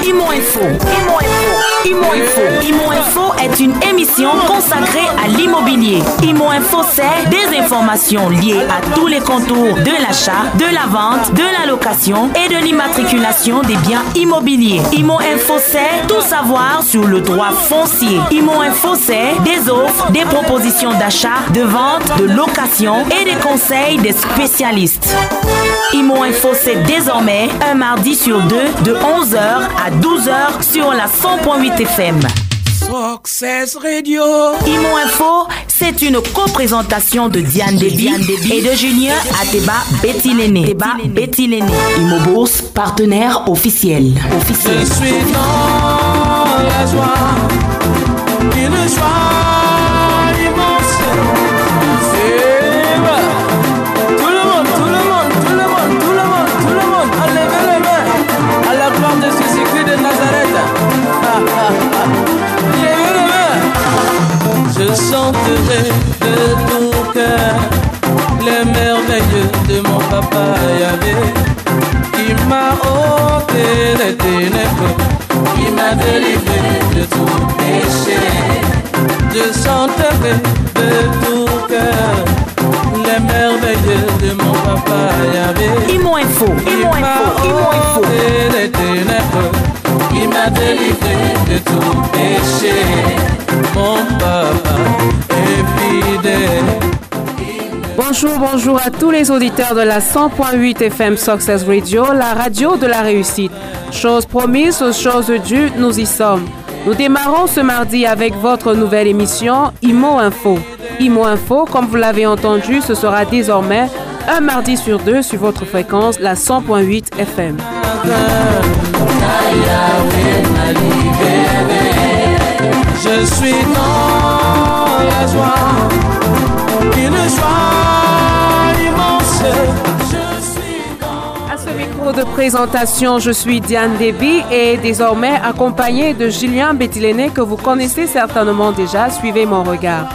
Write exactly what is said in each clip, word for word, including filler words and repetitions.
Imo Info. Imo Info. Imo Info. Imo Info est une émission consacrée à l'immobilier. Imo Info, c'est des informations liées à tous les contours de l'achat, de la vente, de la location et de l'immatriculation des biens immobiliers. Imo Info, c'est tout savoir sur le droit foncier. Imo Info, c'est des offres, des propositions d'achat, de vente, de location et des conseils des spécialistes. Imo Info, c'est désormais un mardi sur deux de onze heures à douze heures sur la cent point huit F M. Success Radio. Imo Info, c'est une coprésentation de Diane Déby et de Julien Ateba Betty-Léné. Betty-Léné. Imo Bourse, partenaire officiel. officiel. Je suis dans la joie, une joie immense. Tout le monde, tout le monde, tout le monde, tout le monde, tout le monde, enlevez les mains à la gloire de Jésus-Christ de Nazareth. Levez les mains. Je chanterai de tout cœur les merveilleux de mon papa Yahvé, qui m'a ôté les ténèbres, qui m'a délivré de tout péché. Je chanterai de tout cœur les merveilleux de mon papa Yahvé. Imo Info, Imo Info, Imo Info. Les ténèbres, qui m'a délivré de tout péché. Mon papa est fidèle. Bonjour, bonjour à tous les auditeurs de la cent point huit F M Success Radio, la radio de la réussite. Chose promise, chose due, nous y sommes. Nous démarrons ce mardi avec votre nouvelle émission Imo Info. Imo Info, comme vous l'avez entendu, ce sera désormais un mardi sur deux sur votre fréquence, la cent point huit F M. Je suis dans la joie, une joie immense. Je suis dans... À ce micro de présentation, je suis Diane Déby et désormais accompagnée de Julien Betty-Léné que vous connaissez certainement déjà. Suivez mon regard.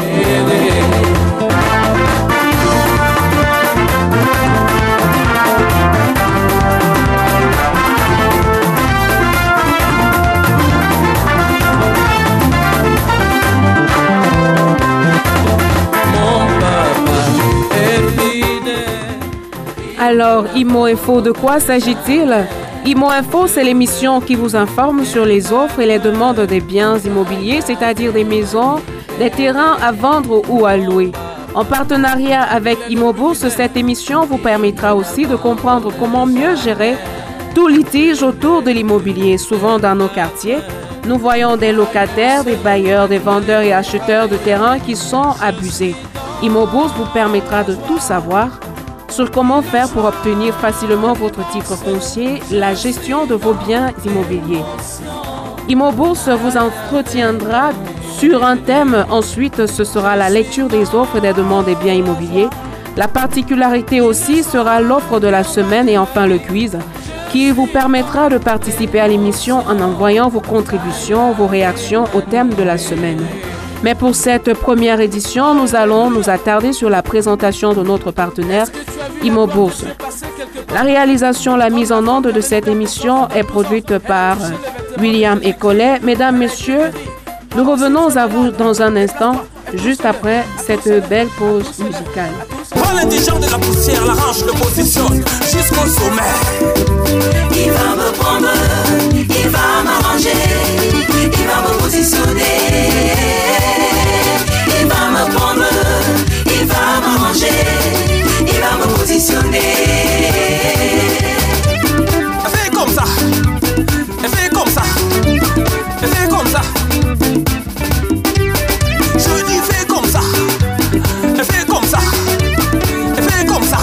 Alors, Imo Info, de quoi s'agit-il? Imo Info, c'est l'émission qui vous informe sur les offres et les demandes des biens immobiliers, c'est-à-dire des maisons, des terrains à vendre ou à louer. En partenariat avec Imo Bourse, cette émission vous permettra aussi de comprendre comment mieux gérer tout litige autour de l'immobilier. Souvent dans nos quartiers, nous voyons des locataires, des bailleurs, des vendeurs et acheteurs de terrains qui sont abusés. Imo Bourse vous permettra de tout savoir sur comment faire pour obtenir facilement votre titre foncier, la gestion de vos biens immobiliers. Imo Bourse vous entretiendra sur un thème. Ensuite, ce sera la lecture des offres et des demandes des biens immobiliers. La particularité aussi sera l'offre de la semaine et enfin le quiz qui vous permettra de participer à l'émission en envoyant vos contributions, vos réactions au thème de la semaine. Mais pour cette première édition, nous allons nous attarder sur la présentation de notre partenaire Imo Bourse. La réalisation, la mise en onde de cette émission est produite par William et Collet. Mesdames, Messieurs, nous revenons à vous dans un instant, juste après cette belle pause musicale. Prends l'indigent de la poussière, l'arrange, le positionne jusqu'au sommet. Il va me prendre, il va m'arranger, il va me positionner. Il va me prendre, il va m'arranger, il va me positionner. Fais comme ça, fais comme ça, fais comme ça. Je dis fais comme ça, fais comme ça, fais comme ça.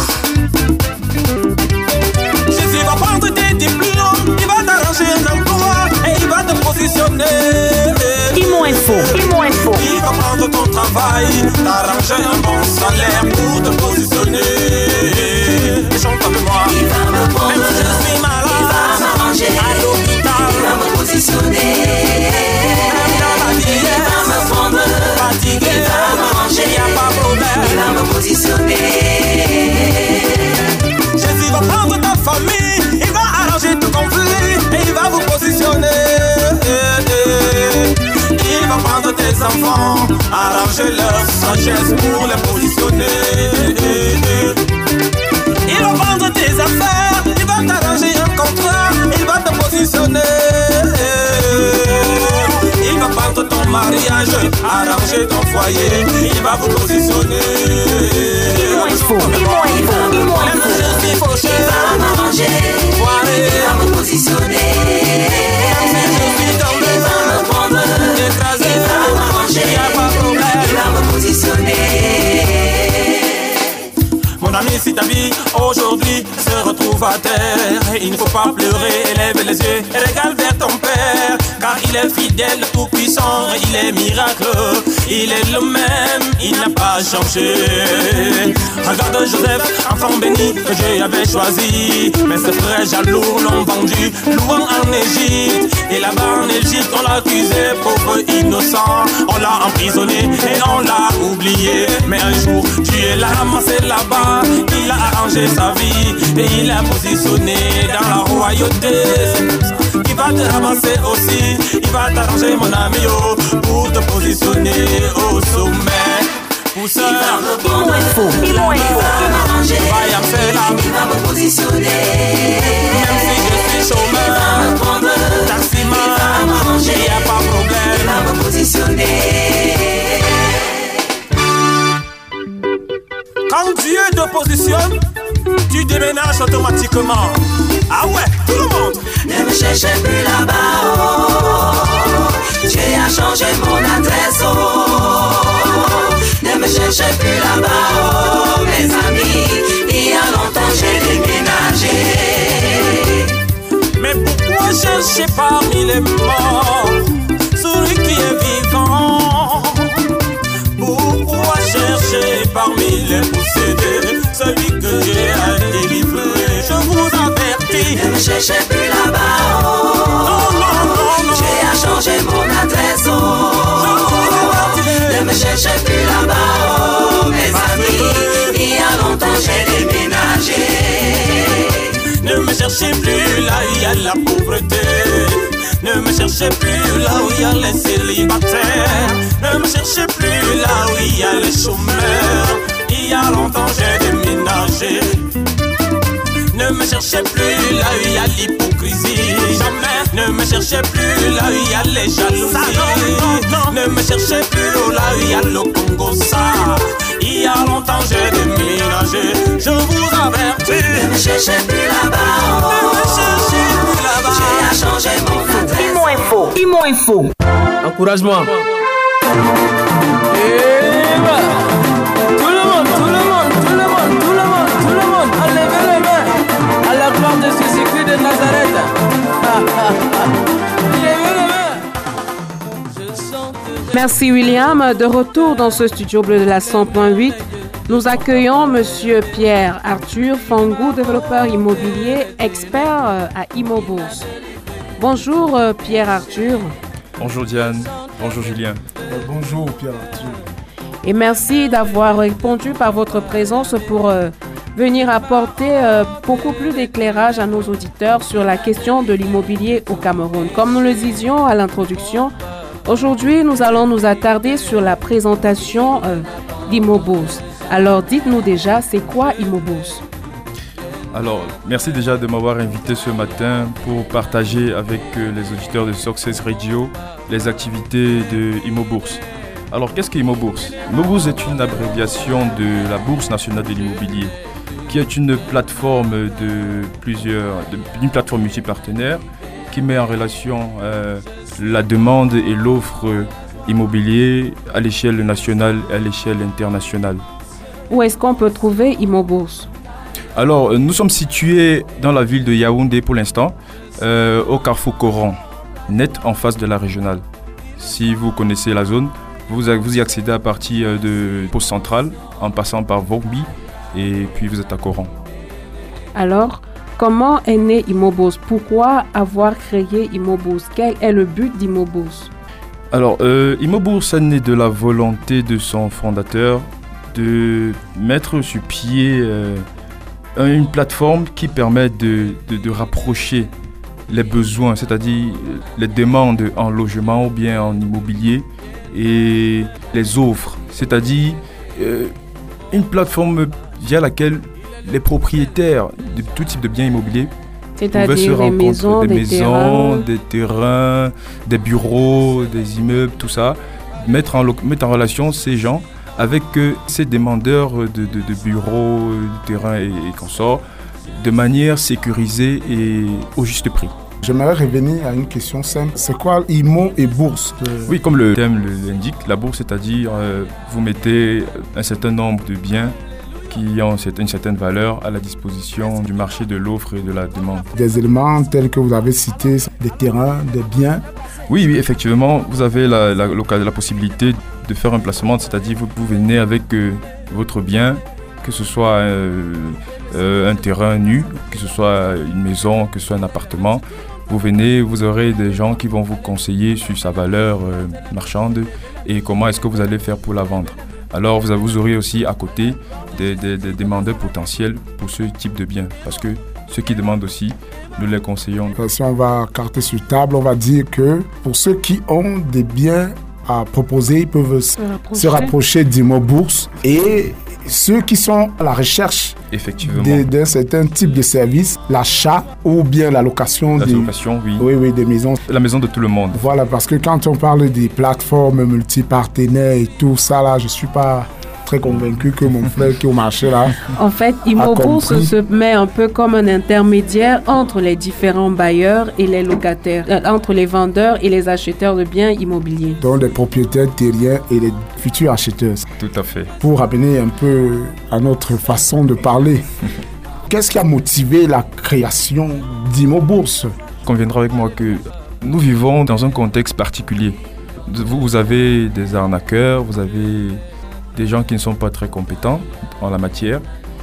Jésus va prendre tes diplômes, il va t'arranger un emploi et il va te positionner. Imo Info, Imo Info. Il va prendre ton travail, t'arranger un bon salaire pour te positionner. Chante avec moi. Il va me prendre, même si je suis malade, il va m'arranger, à l'hôpital, il va me positionner. même dans la vie, Il va me prendre, fatigué, il va m'arranger, il n'y a pas de problème. il va me positionner. Jésus va prendre ta famille, il va arranger tout conflit et il va vous positionner. ont arrangé leur sagesse pour les positionner. Ils vont vendre tes affaires, ils vont t'arranger un contrat, ils vont te positionner. Il va vendre ton mariage, arranger ton foyer, il va vous positionner. Imo Info, Imo Info, Imo Info. Il va m'arranger, il va me positionner. Il va me prendre, il va m'arranger, il va me positionner. Mon ami, si ta vie aujourd'hui se retrouve à terre, il ne faut pas pleurer, élève les yeux et regarde vers ton Père. Car il est fidèle, tout puissant, il est miraculeux, il est le même, il n'a pas changé. Regarde Joseph, enfant béni que Dieu avait choisi, mais ses frères jaloux l'ont vendu, loin en Égypte. Et là-bas en Égypte, on l'a accusé, pauvre innocent, on l'a emprisonné et on l'a oublié. Mais un jour, Dieu l'a ramassé là-bas, il a arrangé sa vie et il l'a positionné dans la royauté. C'est comme ça. Il va te ramasser aussi, il va t'arranger mon ami oh, pour te positionner au sommet. Pousseur, Imo Info, Imo Info. Il va m'arranger, il va me positionner. même si je suis chômeur, Il va me prendre, taximan, il va m'arranger, il n'y a pas de il problème. va me positionner. Quand Dieu te positionne, tu déménages automatiquement. Ah ouais, tout le monde. Ne me cherchez plus là-bas, oh. Dieu a changé mon adresse, oh. Ne me cherchez plus là-bas, oh. Mes amis, il y a longtemps j'ai déménagé. Mais pourquoi chercher parmi les morts celui qui est vivant? Pourquoi chercher parmi les possédés celui que Dieu a délivré? Je vous avertis. Ne me cherchez plus là-bas, oh. Non, non, non, non. Dieu a changé mon adresse, oh. Je vous avertis. Ne me cherchez plus là-bas, oh. Mes amis, il y a longtemps j'ai déménagé. Ne me cherchez plus là où il y a la pauvreté. Ne me cherchez plus là où il y a les célibataires. Ne me cherchez plus là où il y a les chômeurs. Il y a longtemps j'ai déménagé. Ne me cherchez plus là où il y a l'hypocrisie. Jamais. Ne me cherchez plus là où il y a les jalousies. Ne me cherchez plus là où il y a le Congo ça. Il y a longtemps j'ai déménagé. Je vous avertis. Ne me cherchez plus là-bas, oh. Ne me cherchez plus là-bas. Dieu a changé mon adresse. Imo Info, Imo Info. Encouragement. Et voilà. Tout le monde, tout le monde, tout le monde, tout le monde, tout le monde, enlevez les mains à la gloire de Jésus-Christ de Nazareth. Levez les mains. Je chanterai. Merci William. De retour dans ce studio bleu de la cent point huit, nous accueillons Monsieur Pierre Arthur Fangou, développeur immobilier, expert à Imo-Bourse. Bonjour euh, Pierre Arthur. Bonjour Diane, bonjour Julien. Euh, bonjour Pierre Arthur. Et merci d'avoir répondu par votre présence pour euh, venir apporter euh, beaucoup plus d'éclairage à nos auditeurs sur la question de l'immobilier au Cameroun. Comme nous le disions à l'introduction, aujourd'hui nous allons nous attarder sur la présentation euh, d'Imo-Bourse. Alors dites-nous déjà, c'est quoi Imo-Bourse ? Alors, merci déjà de m'avoir invité ce matin pour partager avec euh, les auditeurs de Success Radio les activités de Imo-Bourse. Alors, qu'est-ce que Imo-Bourse ? Imo-Bourse est une abréviation de la Bourse nationale de l'immobilier, qui est une plateforme de plusieurs, de, une plateforme multipartenaire qui met en relation euh, la demande et l'offre immobilier à l'échelle nationale et à l'échelle internationale. Où est-ce qu'on peut trouver Imo-Bourse ? Alors, nous sommes situés dans la ville de Yaoundé pour l'instant, euh, au carrefour Coran, net en face de la régionale. Si vous connaissez la zone, vous, vous y accédez à partir de Poste Centrale, en passant par Vogby, et puis vous êtes à Coran. Alors, comment est né Imo-Bourse ? Pourquoi avoir créé Imo-Bourse ? Quel est le but d'Imo-Bourse ? Alors, euh, Imo-Bourse est né de la volonté de son fondateur de mettre sur pied euh, une plateforme qui permet de, de, de rapprocher les besoins, c'est-à-dire les demandes en logement ou bien en immobilier, et les offres, c'est-à-dire euh, une plateforme via laquelle les propriétaires de tout type de biens immobiliers pouvaient se rencontrer, maisons, des des maisons, terrains. des terrains, des bureaux, des immeubles, tout ça, mettre en, lo- mettre en relation ces gens avec euh, ces demandeurs de, de, de bureaux, de terrains et, et consorts, de manière sécurisée et au juste prix. J'aimerais revenir à une question simple. C'est quoi I M O et bourse de... Oui, comme le thème l'indique, la bourse, c'est-à-dire euh, vous mettez un certain nombre de biens qui ont une certaine valeur à la disposition du marché de l'offre et de la demande. Des éléments tels que vous avez cités, des terrains, des biens. Oui, oui, effectivement, vous avez la, la, la, la possibilité de faire un placement, c'est-à-dire vous, vous venez avec euh, votre bien, que ce soit euh, euh, un terrain nu, que ce soit une maison, que ce soit un appartement. Vous venez, vous aurez des gens qui vont vous conseiller sur sa valeur euh, marchande et comment est-ce que vous allez faire pour la vendre. Alors vous, vous aurez aussi à côté des, des, des demandeurs potentiels pour ce type de biens. Parce que ceux qui demandent aussi, nous les conseillons. Si on va carter sur table, on va dire que pour ceux qui ont des biens à proposer, ils peuvent se rapprocher, se rapprocher d'I M O Bourse. Et ceux qui sont à la recherche de, d'un certain type de service, l'achat ou bien la location, la des, location oui. Oui, oui, des maisons. La maison de tout le monde. Voilà, parce que quand on parle des plateformes multipartenaires et tout ça, là, je ne suis pas très convaincu que mon frère qui est au marché là. En fait, I M O Bourse se met un peu comme un intermédiaire entre les différents bailleurs et les locataires, euh, entre les vendeurs et les acheteurs de biens immobiliers. Donc les propriétaires terriens et les futurs acheteurs. Tout à fait. Pour ramener un peu à notre façon de parler, qu'est-ce qui a motivé la création d'I M O Bourse? Conviendra avec moi que nous vivons dans un contexte particulier. Vous, vous avez des arnaqueurs, vous avez des gens qui ne sont pas très compétents en la matière.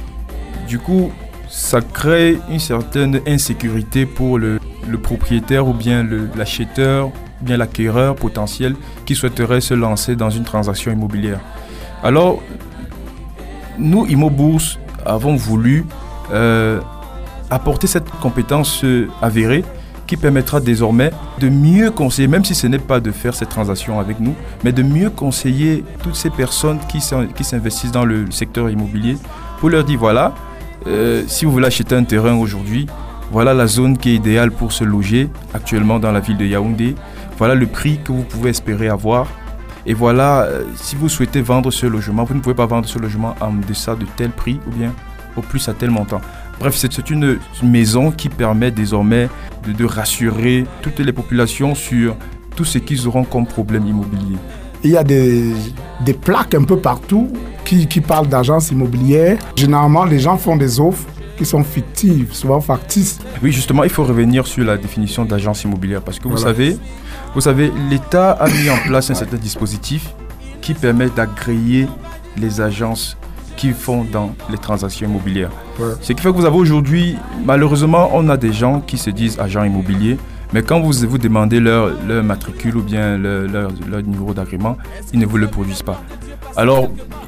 Du coup, ça crée une certaine insécurité pour le, le propriétaire ou bien le, l'acheteur, ou bien l'acquéreur potentiel qui souhaiterait se lancer dans une transaction immobilière. Alors, nous, I M O Bourse, avons voulu euh, apporter cette compétence euh, avérée qui permettra désormais de mieux conseiller, même si ce n'est pas de faire cette transaction avec nous, mais de mieux conseiller toutes ces personnes qui, qui s'investissent dans le secteur immobilier pour leur dire, voilà, euh, si vous voulez acheter un terrain aujourd'hui, voilà la zone qui est idéale pour se loger actuellement dans la ville de Yaoundé, voilà le prix que vous pouvez espérer avoir, et voilà, euh, si vous souhaitez vendre ce logement, vous ne pouvez pas vendre ce logement en deçà de tel prix ou bien au plus à tel montant. Bref, c'est une maison qui permet désormais de, de rassurer toutes les populations sur tout ce qu'ils auront comme problème immobilier. Il y a des, des plaques un peu partout qui, qui parlent d'agence immobilière. Généralement, les gens font des offres qui sont fictives, souvent factices. Oui, justement, il faut revenir sur la définition d'agence immobilière parce que vous, voilà. savez, vous savez, l'État a mis en place un certain dispositif qui permet d'agréer les agences qui font dans les transactions immobilières. Ouais. Ce qui fait que vous avez aujourd'hui, malheureusement, on a des gens qui se disent agents immobiliers, mais quand vous vous demandez leur, leur matricule ou bien leur, leur, leur niveau d'agrément, ils ne vous le produisent pas. Alors,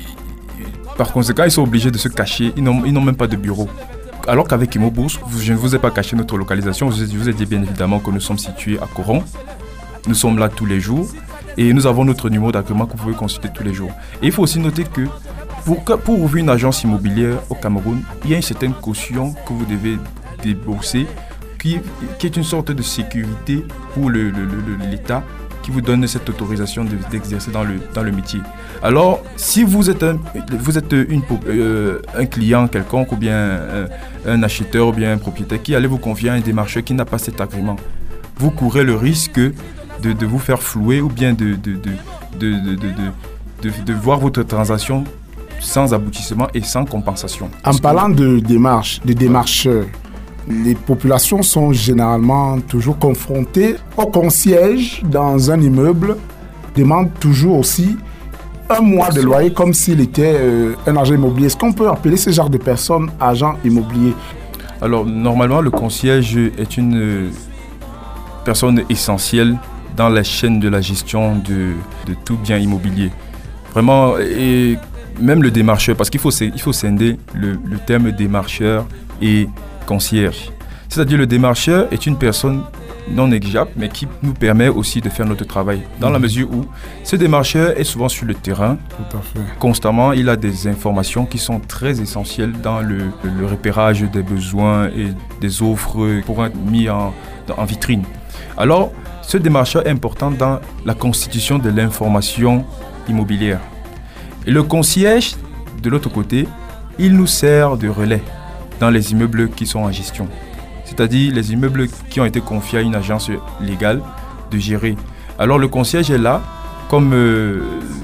par conséquent, ils sont obligés de se cacher, ils n'ont, ils n'ont même pas de bureau. Alors qu'avec I M O Bourse, je ne vous ai pas caché notre localisation, je vous ai dit bien évidemment que nous sommes situés à Coron, nous sommes là tous les jours et nous avons notre numéro d'agrément que vous pouvez consulter tous les jours. Et il faut aussi noter que Pour, pour ouvrir une agence immobilière au Cameroun, il y a une certaine caution que vous devez débourser qui, qui est une sorte de sécurité pour le, le, le, l'État qui vous donne cette autorisation de, d'exercer dans le, dans le métier. Alors, si vous êtes un, vous êtes une, euh, un client quelconque ou bien un, un acheteur ou bien un propriétaire qui allait vous confier à un démarcheur qui n'a pas cet agrément, vous courez le risque de, de vous faire flouer ou bien de, de, de, de, de, de, de, de, de voir votre transaction sans aboutissement et sans compensation. En parlant de démarche, de démarcheurs, les populations sont généralement toujours confrontées au concierge dans un immeuble, demandent toujours aussi un mois de loyer comme s'il était euh, un agent immobilier. Est-ce qu'on peut appeler ce genre de personnes agents immobiliers? Alors, normalement, le concierge est une euh, personne essentielle dans la chaîne de la gestion de, de tout bien immobilier. Vraiment, et même le démarcheur, parce qu'il faut, il faut scinder le, le terme démarcheur et concierge. C'est-à-dire le démarcheur est une personne non négligeable, mais qui nous permet aussi de faire notre travail. Dans mmh. la mesure où ce démarcheur est souvent sur le terrain, Tout à fait. constamment, il a des informations qui sont très essentielles dans le, le repérage des besoins et des offres pour être mis en, en vitrine. Alors, ce démarcheur est important dans la constitution de l'information immobilière. Et le concierge, de l'autre côté, il nous sert de relais dans les immeubles qui sont en gestion. C'est-à-dire les immeubles qui ont été confiés à une agence légale de gérer. Alors le concierge est là comme euh,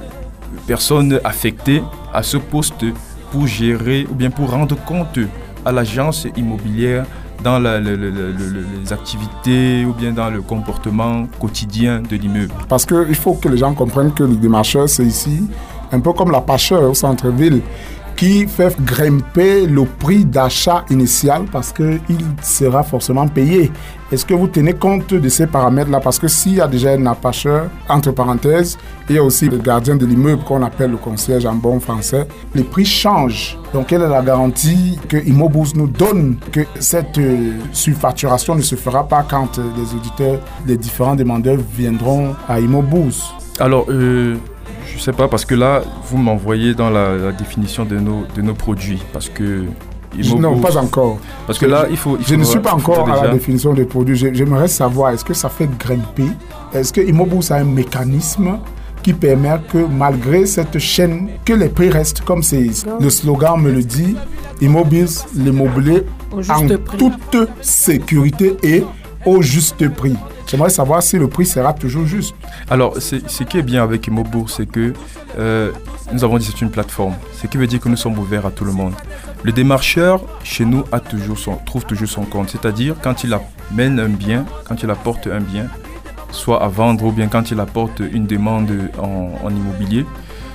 personne affectée à ce poste pour gérer ou bien pour rendre compte à l'agence immobilière dans la, la, la, la, les activités ou bien dans le comportement quotidien de l'immeuble. Parce qu'il faut que les gens comprennent que le démarcheur, c'est ici un peu comme la pâcheur au centre-ville, qui fait grimper le prix d'achat initial parce qu'il sera forcément payé. Est-ce que vous tenez compte de ces paramètres-là? Parce que s'il y a déjà un appâcheur, entre parenthèses, il y a aussi le gardien de l'immeuble qu'on appelle le concierge en bon français, les prix changent. Donc, quelle est la garantie que Immobourse nous donne que cette euh, surfacturation ne se fera pas quand euh, les auditeurs, les différents demandeurs viendront à Immobourse? Alors, euh... je ne sais pas, parce que là, vous m'envoyez dans la, la définition de nos, de nos produits. Parce que. Non, pas encore. Parce que là, il faut. Il je faut ne suis pas encore déjà... à la définition des produits. J'aimerais savoir, est-ce que ça fait grimper? Est-ce que Immobourse a un mécanisme qui permet que, malgré cette chaîne, que les prix restent comme c'est, le slogan me le dit, Immobourse, l'immobilier en prix. Toute sécurité et au juste prix. J'aimerais savoir si le prix sera toujours juste. Alors, c'est, ce qui est bien avec Immobourse, c'est que euh, nous avons dit que c'est une plateforme. Ce qui veut dire que nous sommes ouverts à tout le monde. Le démarcheur, chez nous, a toujours son, trouve toujours son compte. C'est-à-dire, quand il amène un bien, quand il apporte un bien, soit à vendre ou bien quand il apporte une demande en, en immobilier,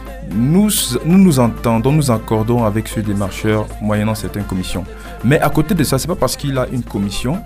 nous, nous nous entendons, nous accordons avec ce démarcheur moyennant certaines commissions. Mais à côté de ça, ce n'est pas parce qu'il a une commission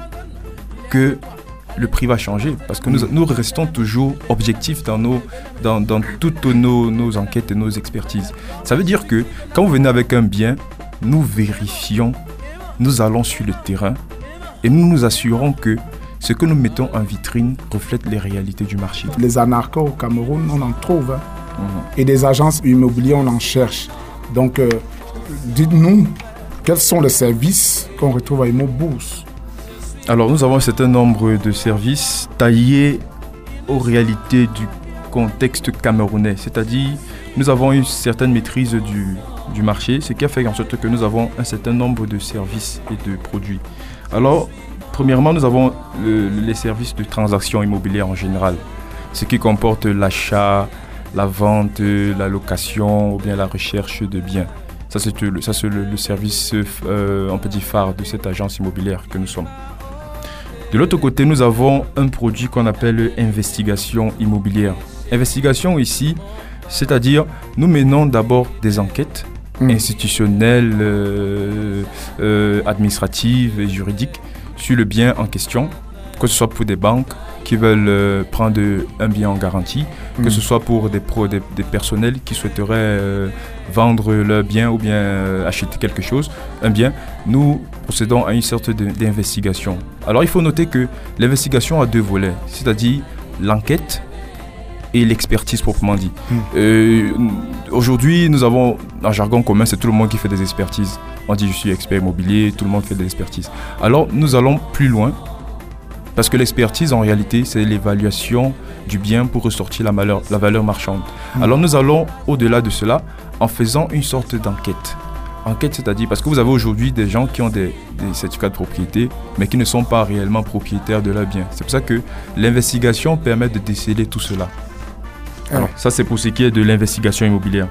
que le prix va changer, parce que nous, nous restons toujours objectifs dans, nos, dans, dans toutes nos, nos enquêtes et nos expertises. Ça veut dire que quand vous venez avec un bien, nous vérifions, nous allons sur le terrain et nous nous assurons que ce que nous mettons en vitrine reflète les réalités du marché. Les anarchos au Cameroun, on en trouve. Hein. Mmh. Et des agences immobilières, on en cherche. Donc, euh, dites-nous, quels sont les services qu'on retrouve à Immobourse? Alors, nous avons un certain nombre de services taillés aux réalités du contexte camerounais. C'est-à-dire, nous avons une certaine maîtrise du, du marché, ce qui a fait en sorte que nous avons un certain nombre de services et de produits. Alors, premièrement, nous avons le, les services de transactions immobilières en général, ce qui comporte l'achat, la vente, la location ou bien la recherche de biens. Ça, c'est le, ça, c'est le, le service, euh, on peut dire, phare de cette agence immobilière que nous sommes. De l'autre côté, nous avons un produit qu'on appelle investigation immobilière. Investigation ici, c'est-à-dire nous menons d'abord des enquêtes mmh. institutionnelles, euh, euh, administratives et juridiques sur le bien en question, que ce soit pour des banques qui veulent euh, prendre un bien en garantie, mmh. que ce soit pour des, pro, des, des personnels qui souhaiteraient euh, vendre leur bien ou bien euh, acheter quelque chose, un bien. Nous procédons à une sorte de, d'investigation. Alors il faut noter que l'investigation a deux volets, c'est-à-dire l'enquête et l'expertise proprement dit. Mmh. Euh, aujourd'hui, nous avons un jargon commun, c'est tout le monde qui fait des expertises. On dit je suis expert immobilier, tout le monde fait des expertises. Alors nous allons plus loin, parce que l'expertise en réalité c'est l'évaluation du bien pour ressortir la valeur, la valeur marchande. Mmh. Alors nous allons au-delà de cela en faisant une sorte d'enquête. Enquête, c'est-à-dire parce que vous avez aujourd'hui des gens qui ont des, des certificats de propriété mais qui ne sont pas réellement propriétaires de leur bien. C'est pour ça que l'investigation permet de déceler tout cela. Alors, ça c'est pour ce qui est de l'investigation immobilière.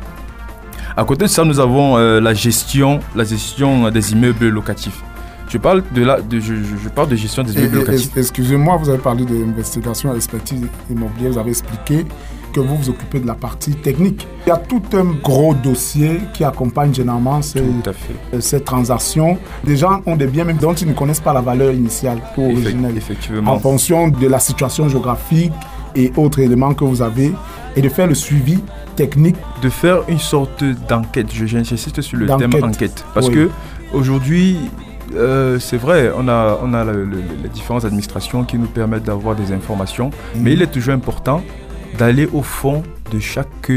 À côté de ça, nous avons euh, la gestion, la gestion des immeubles locatifs. Je parle de, la, de, je, je parle de gestion des immeubles et, locatifs. Excusez-moi, vous avez parlé d'investigation et d'expertise immobilière. Vous avez expliqué que vous vous occupez de la partie technique. Il y a tout un gros dossier qui accompagne généralement ces, ces transactions. Les gens ont des biens même dont ils ne connaissent pas la valeur initiale ou originelle. Effectivement. En fonction de la situation géographique et autres éléments que vous avez, et de faire le suivi technique. De faire une sorte d'enquête. Je j'insiste sur le d'enquête. terme enquête. Parce oui. que aujourd'hui, euh, c'est vrai, on a, on a le, le, les différentes administrations qui nous permettent d'avoir des informations, mmh. mais il est toujours important d'aller au fond de chaque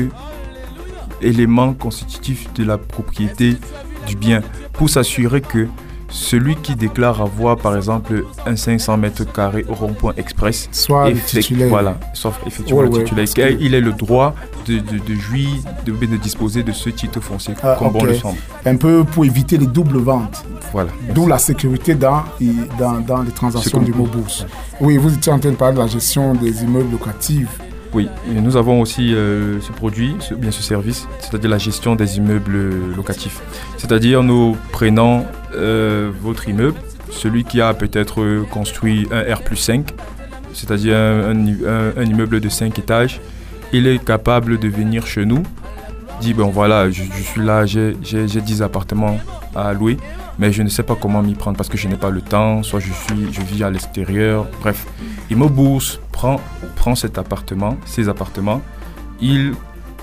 élément constitutif de la propriété du bien pour s'assurer que celui qui déclare avoir par exemple un cinq cents mètres carrés au rond-point express soit effect, titulaire. Voilà, soit effectivement ouais, le titulaire. Ouais, il ait le droit de, de, de jouir, de, de disposer de ce titre foncier ah, comme okay. bon le semble. Un peu pour éviter les doubles ventes. Voilà. D'où la sécurité dans, dans, dans les transactions du Mobourse. Oui, vous étiez en train de parler de la gestion des immeubles locatifs. Oui, et nous avons aussi euh, ce produit, ce, bien ce service, c'est-à-dire la gestion des immeubles locatifs. C'est-à-dire nous prenons euh, votre immeuble, celui qui a peut-être construit un R plus cinq, c'est-à-dire un, un, un immeuble de cinq étages, il est capable de venir chez nous, dit bon voilà, je, je suis là, j'ai, j'ai, j'ai dix appartements à louer, mais je ne sais pas comment m'y prendre parce que je n'ai pas le temps, soit je, suis, je vis à l'extérieur, bref. Immobourse prend, prend cet appartement, ces appartements, il,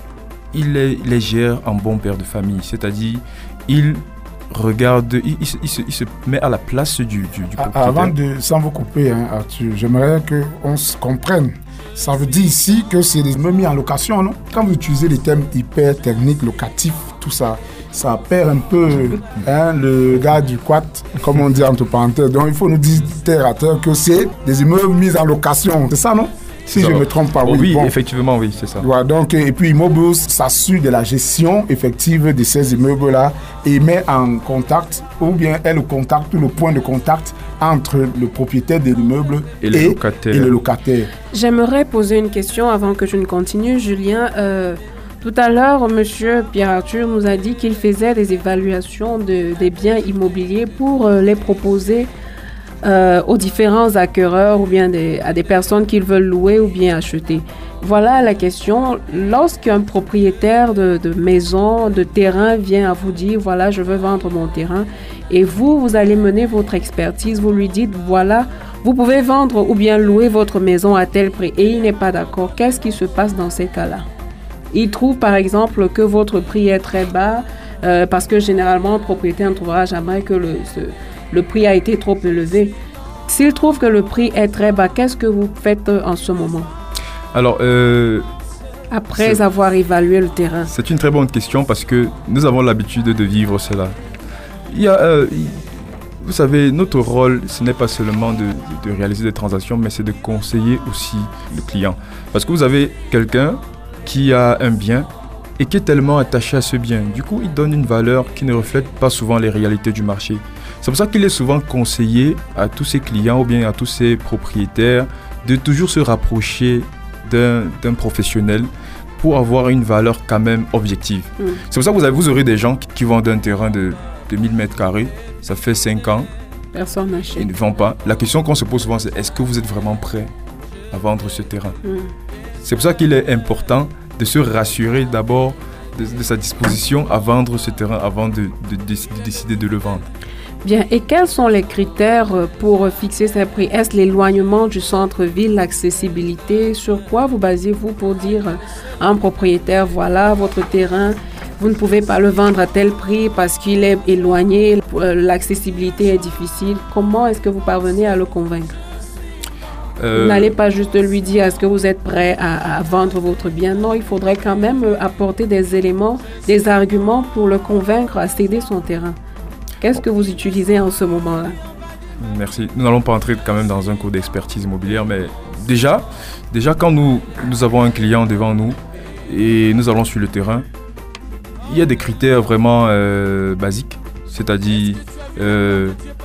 il, les, il les gère en bon père de famille, c'est-à-dire il regarde, il, il, se, il, se, il se met à la place du, du, du propriétaire. Avant de, sans vous couper, hein, Arthur, j'aimerais qu'on se comprenne. Ça veut dire ici que c'est des immeubles mis en location, non? Quand vous utilisez les termes hyper techniques, locatifs, tout ça, ça perd un peu hein, le gars du quat, comme on dit entre parenthèses. Donc il faut nous dire terre à terre que c'est des immeubles mis en location. C'est ça, non? Si ça je ne me trompe pas, oh, oui. Oui, bon. effectivement, oui, c'est ça. Voilà, donc, et puis Immobourse s'assure de la gestion effective de ces immeubles-là et met en contact, ou bien est le contact, ou le point de contact entre le propriétaire de l'immeuble et, et, le, locataire. et le locataire. J'aimerais poser une question avant que je ne continue, Julien. Euh, tout à l'heure, M. Pierre-Arthur nous a dit qu'il faisait des évaluations de, des biens immobiliers pour euh, les proposer Euh, aux différents acquéreurs ou bien des, à des personnes qu'ils veulent louer ou bien acheter. Voilà la question. Lorsqu'un propriétaire de, de maison, de terrain vient à vous dire, voilà, je veux vendre mon terrain, et vous, vous allez mener votre expertise, vous lui dites, voilà, vous pouvez vendre ou bien louer votre maison à tel prix, et il n'est pas d'accord. Qu'est-ce qui se passe dans ces cas-là? Il trouve par exemple que votre prix est très bas, euh, parce que généralement, le propriétaire ne trouvera jamais que le... Ce, le prix a été trop élevé. S'il trouve que le prix est très bas, qu'est-ce que vous faites en ce moment? Alors, euh, après avoir évalué le terrain. C'est une très bonne question parce que nous avons l'habitude de vivre cela. Il y a, euh, il, vous savez, notre rôle, ce n'est pas seulement de, de réaliser des transactions, mais c'est de conseiller aussi le client. Parce que vous avez quelqu'un qui a un bien et qui est tellement attaché à ce bien. Du coup, il donne une valeur qui ne reflète pas souvent les réalités du marché. C'est pour ça qu'il est souvent conseillé à tous ses clients ou bien à tous ses propriétaires de toujours se rapprocher d'un, d'un professionnel pour avoir une valeur quand même objective. Mmh. C'est pour ça que vous, avez, vous aurez des gens qui, qui vendent un terrain de, de mille mètres carrés, ça fait cinq ans. Personne n'achète. Ils ne vendent pas. La question qu'on se pose souvent, c'est est-ce que vous êtes vraiment prêt à vendre ce terrain? Mmh. C'est pour ça qu'il est important de se rassurer d'abord de, de sa disposition à vendre ce terrain avant de, de, de, de décider de le vendre. Bien, et quels sont les critères pour fixer ces prix? Est-ce l'éloignement du centre-ville, l'accessibilité? Sur quoi vous basez-vous pour dire à un propriétaire, voilà, votre terrain, vous ne pouvez pas le vendre à tel prix parce qu'il est éloigné, l'accessibilité est difficile? Comment est-ce que vous parvenez à le convaincre? Euh... Vous n'allez pas juste lui dire, est-ce que vous êtes prêt à, à vendre votre bien? Non, il faudrait quand même apporter des éléments, des arguments pour le convaincre à céder son terrain. Qu'est-ce que vous utilisez en ce moment-là? Merci. Nous n'allons pas entrer quand même dans un cours d'expertise immobilière, mais déjà, déjà quand nous, nous avons un client devant nous et nous allons sur le terrain, il y a des critères vraiment euh, basiques, c'est-à-dire euh,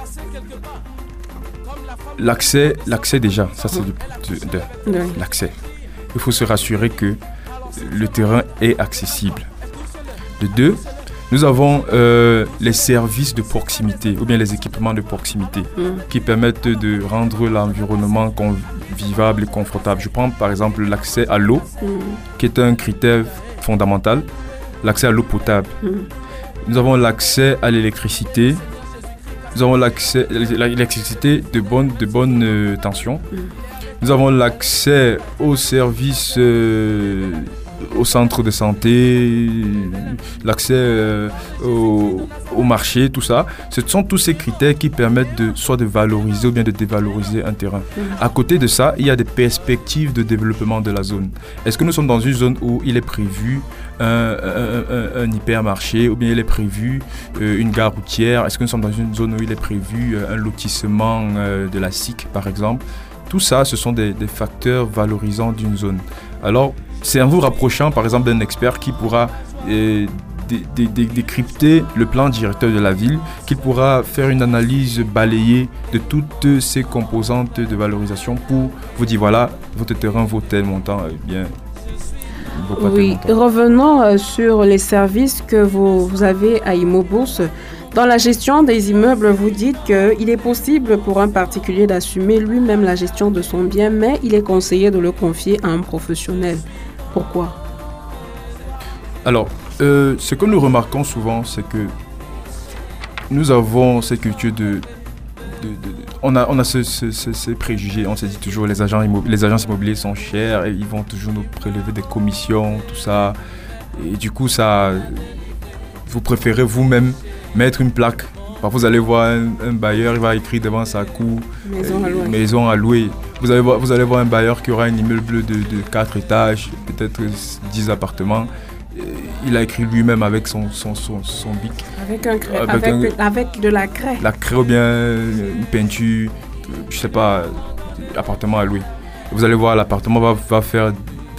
l'accès, l'accès déjà, ça c'est de, de, de, oui. l'accès. Il faut se rassurer que le terrain est accessible. De deux, nous avons euh, les services de proximité ou bien les équipements de proximité mmh. qui permettent de rendre l'environnement vivable et confortable. Je prends par exemple l'accès à l'eau, mmh. qui est un critère fondamental, l'accès à l'eau potable. Mmh. Nous avons l'accès à l'électricité, nous avons l'accès à l'électricité de bonne, de bonne euh, tension. Mmh. Nous avons l'accès aux services, euh, au centre de santé, l'accès euh, au, au marché, tout ça. Ce sont tous ces critères qui permettent de, soit de valoriser ou bien de dévaloriser un terrain. Mmh. À côté de ça, il y a des perspectives de développement de la zone. Est-ce que nous sommes dans une zone où il est prévu un, un, un, un hypermarché ou bien il est prévu euh, une gare routière? Est-ce que nous sommes dans une zone où il est prévu euh, un lotissement euh, de la S I C, par exemple? Tout ça, ce sont des, des facteurs valorisants d'une zone. Alors, c'est en vous rapprochant, par exemple, d'un expert qui pourra euh, dé, dé, dé, décrypter le plan directeur de la ville, qui pourra faire une analyse balayée de toutes ces composantes de valorisation pour vous dire, voilà, votre terrain vaut tel montant, eh bien, il vaut pas oui, tel montant. Revenons euh, sur les services que vous, vous avez à Immobourse. Dans la gestion des immeubles, vous dites qu'il est possible pour un particulier d'assumer lui-même la gestion de son bien, mais il est conseillé de le confier à un professionnel. Pourquoi? Alors, euh, ce que nous remarquons souvent, c'est que nous avons cette culture de... de, de, de on a, on a ce, ce, ce, ce préjugé, on se dit toujours les agents immobiliers, les agences immobilières sont chers et ils vont toujours nous prélever des commissions, tout ça. Et du coup, ça, vous préférez vous-même mettre une plaque. Parfois, vous allez voir un, un bailleur, il va écrire devant sa cour maison à louer. Maison à louer. Vous allez voir, vous allez voir un bailleur qui aura un immeuble de, de quatre étages, peut-être dix appartements. Il a écrit lui-même avec son, son, son, son bic. Avec, un craie, avec, avec, un, avec de la craie. La craie ou bien une peinture, je sais pas, appartement à louer. Vous allez voir, l'appartement va, va faire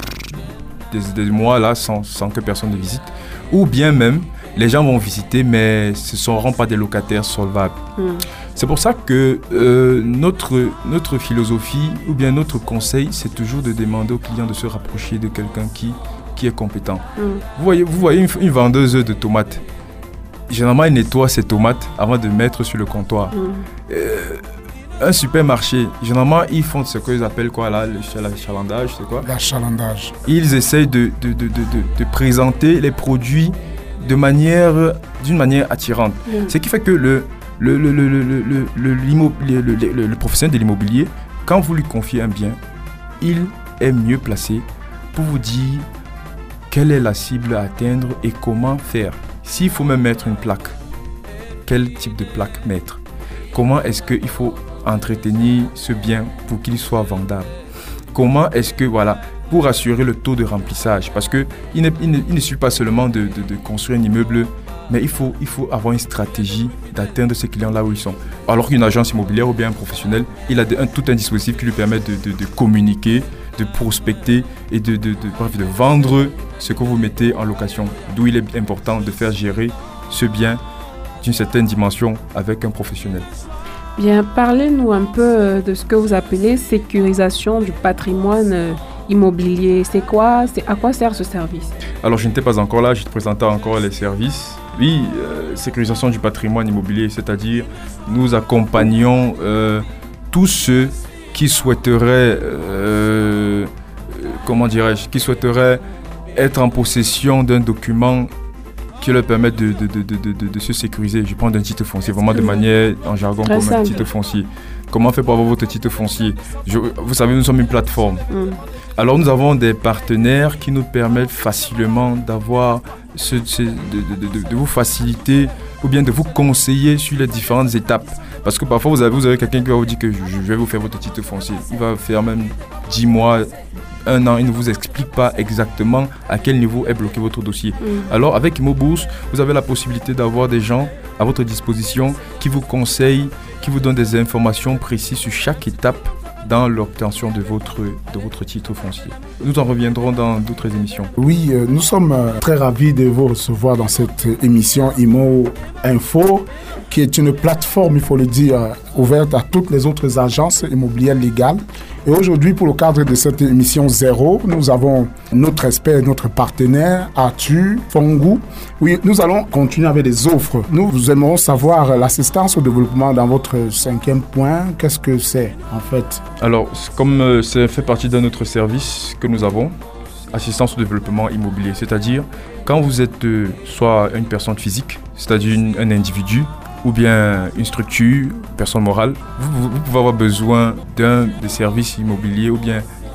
des, des mois là sans, sans que personne ne visite. Ou bien même, les gens vont visiter, mais ce ne seront pas des locataires solvables. Mm. C'est pour ça que euh, notre, notre philosophie ou bien notre conseil, c'est toujours de demander aux clients de se rapprocher de quelqu'un qui, qui est compétent. Mm. Vous voyez, vous voyez une, une vendeuse de tomates. Généralement, elle nettoie ses tomates avant de mettre sur le comptoir. Mm. Euh, un supermarché, généralement, ils font ce qu'ils appellent quoi là, l'achalandage, c'est quoi? L'achalandage. Ils essayent de, de, de, de, de, de présenter les produits de manière, d'une manière attirante. Mmh. Ce qui fait que le, le, le, le, le, le, le, le, le, le, le professionnel de l'immobilier, quand vous lui confiez un bien, il est mieux placé pour vous dire quelle est la cible à atteindre et comment faire. S'il faut même mettre une plaque, quel type de plaque mettre? Comment est-ce qu'il faut entretenir ce bien pour qu'il soit vendable? Comment est-ce que, voilà, pour assurer le taux de remplissage, parce qu'il ne, il ne, il ne suffit pas seulement de, de, de construire un immeuble, mais il faut, il faut avoir une stratégie d'atteindre ces clients là où ils sont. Alors qu'une agence immobilière ou bien un professionnel, il a de, un, tout un dispositif qui lui permet de, de, de communiquer, de prospecter et de, de, de, de vendre ce que vous mettez en location. D'où il est important de faire gérer ce bien d'une certaine dimension avec un professionnel. Bien, parlez-nous un peu de ce que vous appelez sécurisation du patrimoine immobilier. C'est quoi? C'est, à quoi sert ce service? Alors, je n'étais pas encore là, je te présentais encore les services. Oui, euh, sécurisation du patrimoine immobilier, c'est-à-dire nous accompagnons euh, tous ceux qui souhaiteraient, euh, comment dirais-je, qui souhaiteraient être en possession d'un document qui leur permettent de, de, de, de, de, de se sécuriser. Je prends d'un titre foncier, vraiment de manière, en jargon, Très comme un titre foncier. Comment faire pour avoir votre titre foncier? Je, Vous savez, nous sommes une plateforme. Mm. Alors, nous avons des partenaires qui nous permettent facilement d'avoir, ce, ce, de, de, de, de vous faciliter ou bien de vous conseiller sur les différentes étapes. Parce que parfois, vous avez, vous avez quelqu'un qui va vous dire que je, je vais vous faire votre titre foncier. Il va faire même dix mois, un an, il ne vous explique pas exactement à quel niveau est bloqué votre dossier. Mmh. Alors avec Immobourse, vous avez la possibilité d'avoir des gens à votre disposition qui vous conseillent, qui vous donnent des informations précises sur chaque étape dans l'obtention de votre, de votre titre foncier. Nous en reviendrons dans d'autres émissions. Oui, euh, nous sommes euh, très ravis de vous recevoir dans cette émission Immo Info, qui est une plateforme, il faut le dire, euh, ouverte à toutes les autres agences immobilières légales. Et aujourd'hui, pour le cadre de cette émission zéro, nous avons notre expert, notre partenaire, Arthur Fongou. Oui, nous allons continuer avec les offres. Nous aimerons savoir l'assistance au développement dans votre cinquième point. Qu'est-ce que c'est, en fait? Alors, comme euh, ça fait partie d'un autre service que nous avons, assistance au développement immobilier, c'est-à-dire quand vous êtes euh, soit une personne physique, c'est-à-dire une, un individu, ou bien une structure, personne morale, vous, vous, vous pouvez avoir besoin d'un des services immobiliers ou bien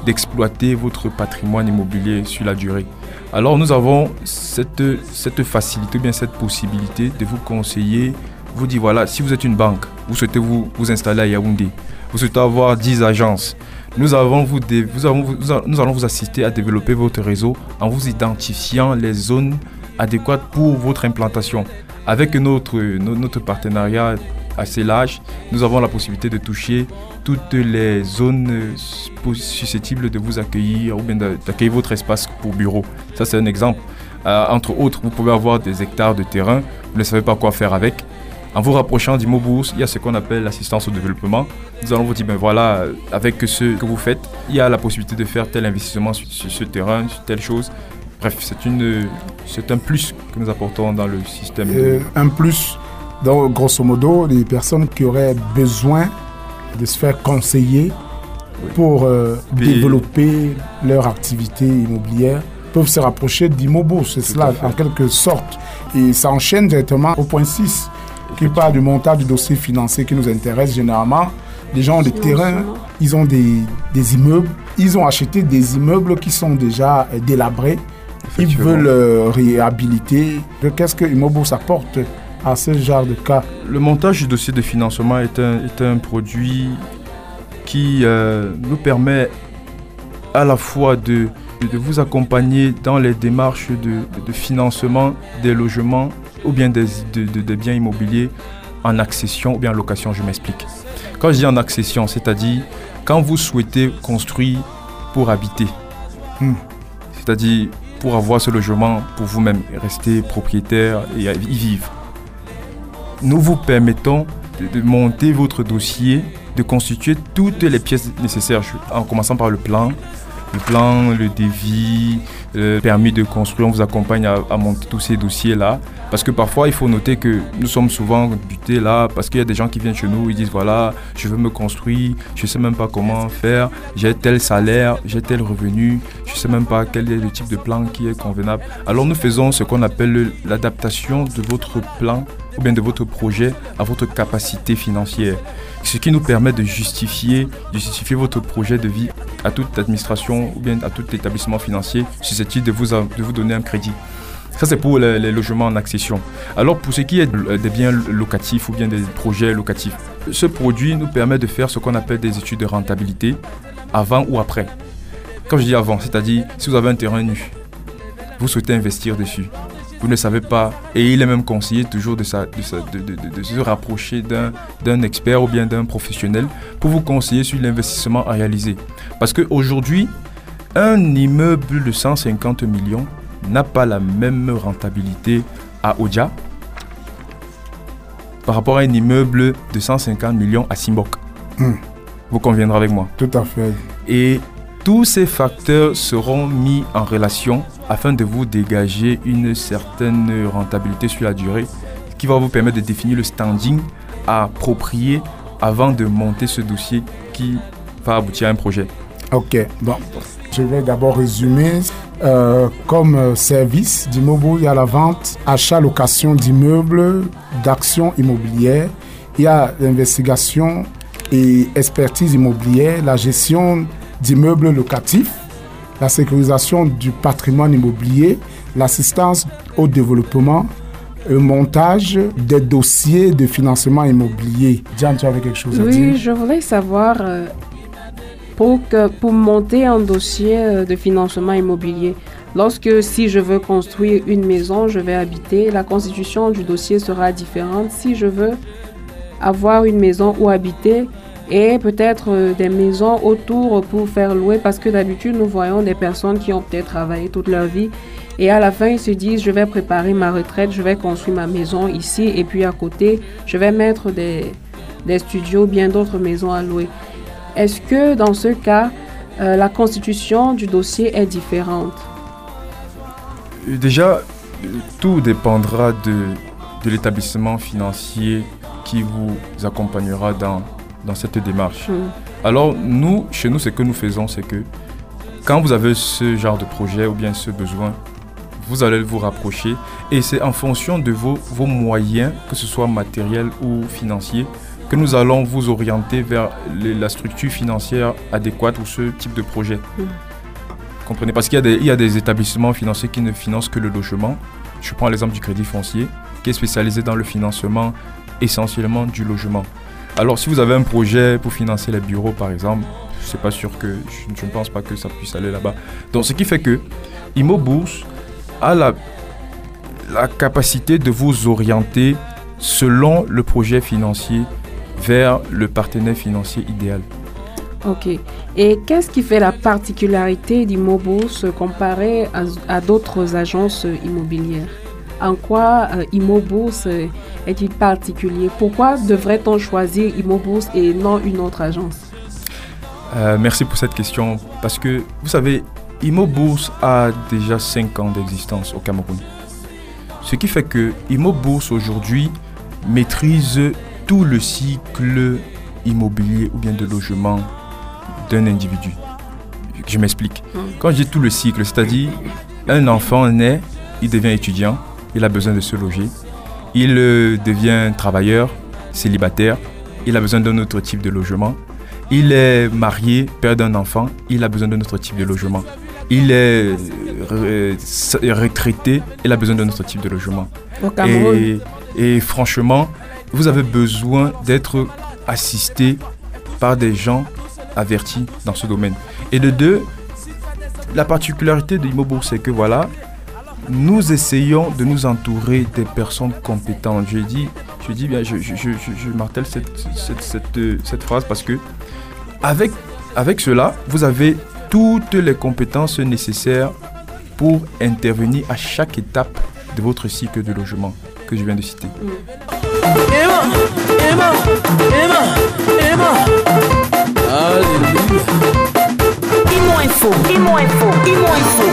d'exploiter votre patrimoine immobilier sur la durée. Alors nous avons cette, cette facilité, bien cette possibilité de vous conseiller, vous dire voilà, si vous êtes une banque, vous souhaitez vous, vous installer à Yaoundé, vous souhaitez avoir dix agences, nous, avons vous dé, vous avons, vous, nous allons vous assister à développer votre réseau en vous identifiant les zones adéquates pour votre implantation. Avec notre, notre partenariat assez large, nous avons la possibilité de toucher toutes les zones susceptibles de vous accueillir ou bien d'accueillir votre espace pour bureau. Ça, c'est un exemple. Euh, entre autres, vous pouvez avoir des hectares de terrain, vous ne savez pas quoi faire avec. En vous rapprochant d'Immobourse, il y a ce qu'on appelle l'assistance au développement. Nous allons vous dire, ben voilà, avec ce que vous faites, il y a la possibilité de faire tel investissement sur, sur ce terrain, sur telle chose. Bref, c'est, une, c'est un plus que nous apportons dans le système. Euh, un plus, donc grosso modo, les personnes qui auraient besoin de se faire conseiller oui. pour euh, développer leur activité immobilière peuvent se rapprocher d'Immobourse. C'est cela, en quelque sorte. Et ça enchaîne directement au point six, qui parle du montage du dossier financier qui nous intéresse généralement. Les gens ont des terrains, ils ont des, des immeubles, ils ont acheté des immeubles qui sont déjà délabrés. Ils veulent euh, réhabiliter. Qu'est-ce que Immobourse apporte à ce genre de cas? Le montage du dossier de financement est un, est un produit qui euh, nous permet à la fois de, de vous accompagner dans les démarches de, de financement des logements ou bien des, de, de, des biens immobiliers en accession ou bien en location. Je m'explique. Quand je dis en accession, c'est-à-dire quand vous souhaitez construire pour habiter, hmm. c'est-à-dire pour avoir ce logement pour vous-même, rester propriétaire et y vivre. Nous vous permettons de, de monter votre dossier, de constituer toutes les pièces nécessaires, en commençant par le plan, le plan, le devis, le permis de construire. On vous accompagne à, à monter tous ces dossiers-là. Parce que parfois, il faut noter que nous sommes souvent butés là, parce qu'il y a des gens qui viennent chez nous, ils disent voilà, je veux me construire, je ne sais même pas comment faire, j'ai tel salaire, j'ai tel revenu, je ne sais même pas quel est le type de plan qui est convenable. Alors nous faisons ce qu'on appelle l'adaptation de votre plan ou bien de votre projet à votre capacité financière. Ce qui nous permet de justifier, de justifier votre projet de vie à toute administration ou bien à tout établissement financier susceptible de vous, de vous donner un crédit. Ça, c'est pour les, les logements en accession. Alors, pour ce qui est des biens locatifs ou bien des projets locatifs, ce produit nous permet de faire ce qu'on appelle des études de rentabilité avant ou après. Quand je dis avant, c'est-à-dire si vous avez un terrain nu, vous souhaitez investir dessus, vous ne savez pas, et il est même conseillé toujours de, sa, de, sa, de, de, de, de se rapprocher d'un, d'un expert ou bien d'un professionnel pour vous conseiller sur l'investissement à réaliser. Parce qu'aujourd'hui, un immeuble de cent cinquante millions n'a pas la même rentabilité à Odia par rapport à un immeuble de cent cinquante millions à Simbok. Mmh. Vous conviendrez avec moi. Tout à fait. Et tous ces facteurs seront mis en relation afin de vous dégager une certaine rentabilité sur la durée qui va vous permettre de définir le standing approprié avant de monter ce dossier qui va aboutir à un projet. Ok, bon. Je vais d'abord résumer. Euh, comme service d'Immobourse, il y a la vente, achat, location d'immeubles, d'actions immobilières. Il y a l'investigation et expertise immobilière, la gestion d'immeubles locatifs, la sécurisation du patrimoine immobilier, l'assistance au développement, le montage des dossiers de financement immobilier. Diane, tu avais quelque chose à oui, dire? Oui, je voulais savoir... Euh... Pour, que, pour monter un dossier de financement immobilier, lorsque si je veux construire une maison, je vais habiter, la constitution du dossier sera différente. Si je veux avoir une maison où habiter et peut-être des maisons autour pour faire louer, parce que d'habitude nous voyons des personnes qui ont peut-être travaillé toute leur vie et à la fin ils se disent je vais préparer ma retraite, je vais construire ma maison ici et puis à côté je vais mettre des, des studios, bien d'autres maisons à louer. Est-ce que dans ce cas, euh, la constitution du dossier est différente? Déjà, tout dépendra de, de l'établissement financier qui vous accompagnera dans, dans cette démarche. Mmh. Alors, nous, chez nous, ce que nous faisons, c'est que quand vous avez ce genre de projet ou bien ce besoin, vous allez vous rapprocher et c'est en fonction de vos, vos moyens, que ce soit matériels ou financiers, que nous allons vous orienter vers les, la structure financière adéquate pour ce type de projet. Mmh. Comprenez, parce qu'il y a, des, il y a des établissements financiers qui ne financent que le logement. Je prends l'exemple du Crédit Foncier, qui est spécialisé dans le financement essentiellement du logement. Alors, si vous avez un projet pour financer les bureaux, par exemple, je ne suis pas sûr que, je, je ne pense pas que ça puisse aller là-bas. Donc, ce qui fait que Imo Bourse a la, la capacité de vous orienter selon le projet financier vers le partenaire financier idéal. Ok. Et qu'est-ce qui fait la particularité d'Imo Bourse comparée à, à d'autres agences immobilières? En quoi euh, Imo Bourse est-il particulier? Pourquoi devrait-on choisir Imo Bourse et non une autre agence? euh, Merci pour cette question. Parce que, vous savez, Imo Bourse a déjà cinq ans d'existence au Cameroun. Ce qui fait que Imo Bourse aujourd'hui maîtrise tout le cycle immobilier ou bien de logement d'un individu. Je m'explique. Quand je dis tout le cycle, c'est-à-dire un enfant naît, il devient étudiant, il a besoin de se loger, il euh, devient travailleur, célibataire, il a besoin d'un autre type de logement, il est marié, père d'un enfant, il a besoin d'un autre type de logement, il est euh, retraité, il a besoin d'un autre type de logement. Au Cameroun. Et, et franchement, vous avez besoin d'être assisté par des gens avertis dans ce domaine. Et de deux, la particularité de Imo Bourse, c'est que voilà, nous essayons de nous entourer des personnes compétentes. Je dis, je dis bien, je, je, je, je martèle cette, cette, cette, cette phrase parce que avec, avec cela, vous avez toutes les compétences nécessaires pour intervenir à chaque étape de votre cycle de logement que je viens de citer. Mm. Emma, Emma, Emma, Emma. Alléluia. Imo Info, Imo Info, Imo Info.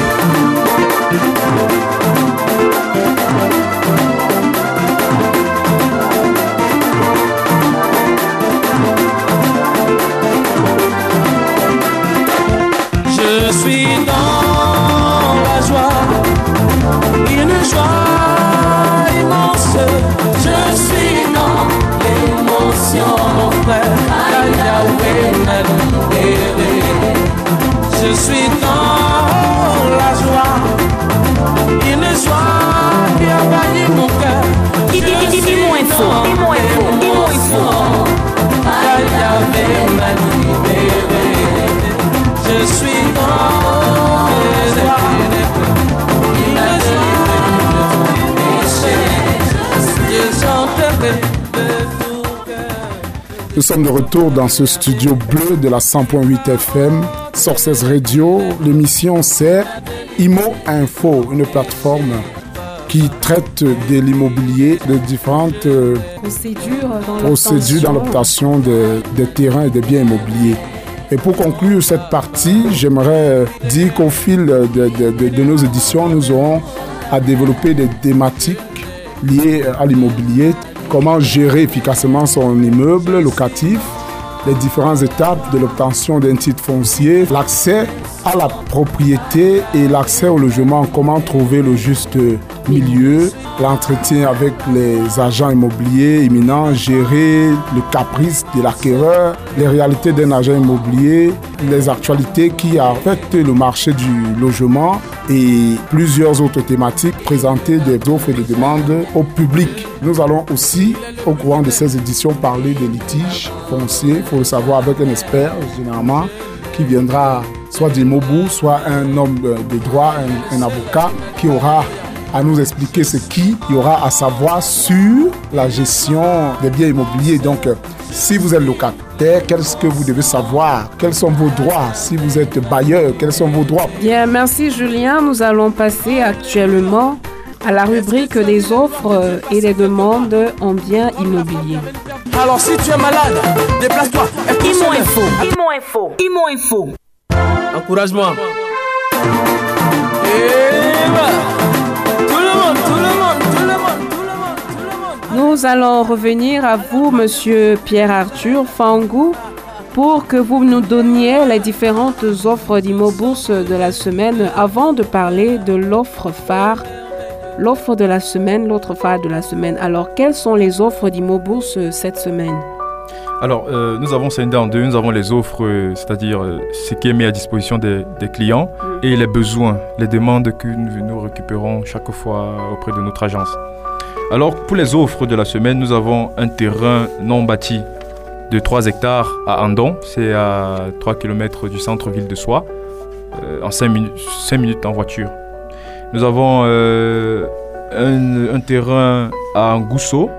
Je suis dans la joie, une joie immense. Je suis dans l'émotion, mon frère. Yahweh m'a libéré. Je suis dans la joie, une joie qui a gagné mon cœur. Imo Info, Imo Info, Imo Info. Yahweh m'a libéré. Je suis dans les joies, une joie de péché. Je chanterai de tout cœur. Nous sommes de retour dans ce studio bleu de la cent point huit F M, Success Radio. L'émission c'est Imo Info, une plateforme qui traite de l'immobilier, de différentes euh, procédures dans procédures dans l'obtention de, des terrains et des biens immobiliers. Et pour conclure cette partie, j'aimerais dire qu'au fil de, de, de, de nos éditions, nous aurons à développer des thématiques liées à l'immobilier, comment gérer efficacement son immeuble locatif, les différentes étapes de l'obtention d'un titre foncier, l'accès à la propriété et l'accès au logement, comment trouver le juste milieu, l'entretien avec les agents immobiliers imminents, gérer le caprice de l'acquéreur, les réalités d'un agent immobilier, les actualités qui affectent le marché du logement et plusieurs autres thématiques, présenter des offres et des demandes au public. Nous allons aussi, au courant de ces éditions, parler des litiges fonciers. Il faut le savoir avec un expert, généralement, qui viendra soit d'Imo Bourse, soit un homme de droit, un, un avocat, qui aura à nous expliquer ce qu'il y aura à savoir sur la gestion des biens immobiliers. Donc, si vous êtes locataire, qu'est-ce que vous devez savoir? Quels sont vos droits? Si vous êtes bailleur, quels sont vos droits? Bien, merci Julien. Nous allons passer actuellement à la rubrique des offres et des demandes en biens immobiliers. Alors si tu es malade, déplace-toi. Imo Info, Imo Info, Imo Info. Encouragement. Et voilà. Tout le monde, tout le monde, tout le monde, tout le monde, tout le monde. Nous allons revenir à vous, Monsieur Pierre-Arthur Fangou, pour que vous nous donniez les différentes offres d'Imo Bourse de la semaine avant de parler de l'offre phare. L'offre de la semaine, l'autre phare de la semaine. Alors, quelles sont les offres d'Imo Bourse cette semaine? Alors, euh, nous avons scindé en deux. Nous avons les offres, euh, c'est-à-dire euh, ce qui est mis à disposition des, des clients mm. et les besoins, les demandes que nous, nous récupérons chaque fois auprès de notre agence. Alors, pour les offres de la semaine, nous avons un terrain non bâti de trois hectares à Andon. C'est à trois kilomètres du centre-ville de Soie, euh, en cinq minutes, cinq minutes en voiture. Nous avons euh, un, un terrain à Ngousso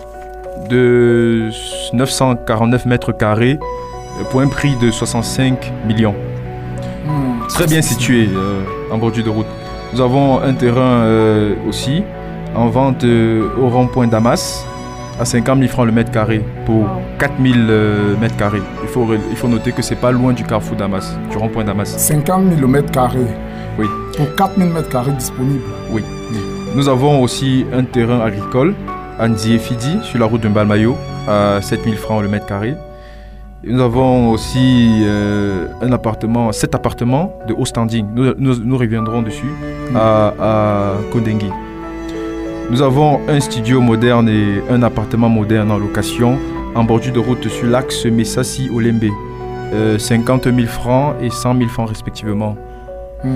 de neuf cent quarante-neuf mètres carrés pour un prix de soixante-cinq millions. Mmh, Très bien situé euh, en bordure de route. Nous avons un terrain euh, aussi en vente euh, au rond-point Damas à cinquante mille francs le mètre carré pour quatre mille euh, mètres carrés. Il faut, il faut noter que c'est pas loin du carrefour Damas, du rond-point Damas. cinquante mille le mètre carré. Oui. Pour quatre mille mètres carrés disponibles. Oui. Mmh. Nous avons aussi un terrain agricole à Nziefidi, sur la route de Mbalmayo, à sept mille francs le mètre carré. Et nous avons aussi euh, un appartement, sept appartements de haut standing. Nous, nous, nous reviendrons dessus mmh. à, à Kondengui. Nous avons un studio moderne et un appartement moderne en location en bordure de route sur l'axe Messassi-Olembe. Euh, cinquante mille francs et cent mille francs respectivement. Mmh.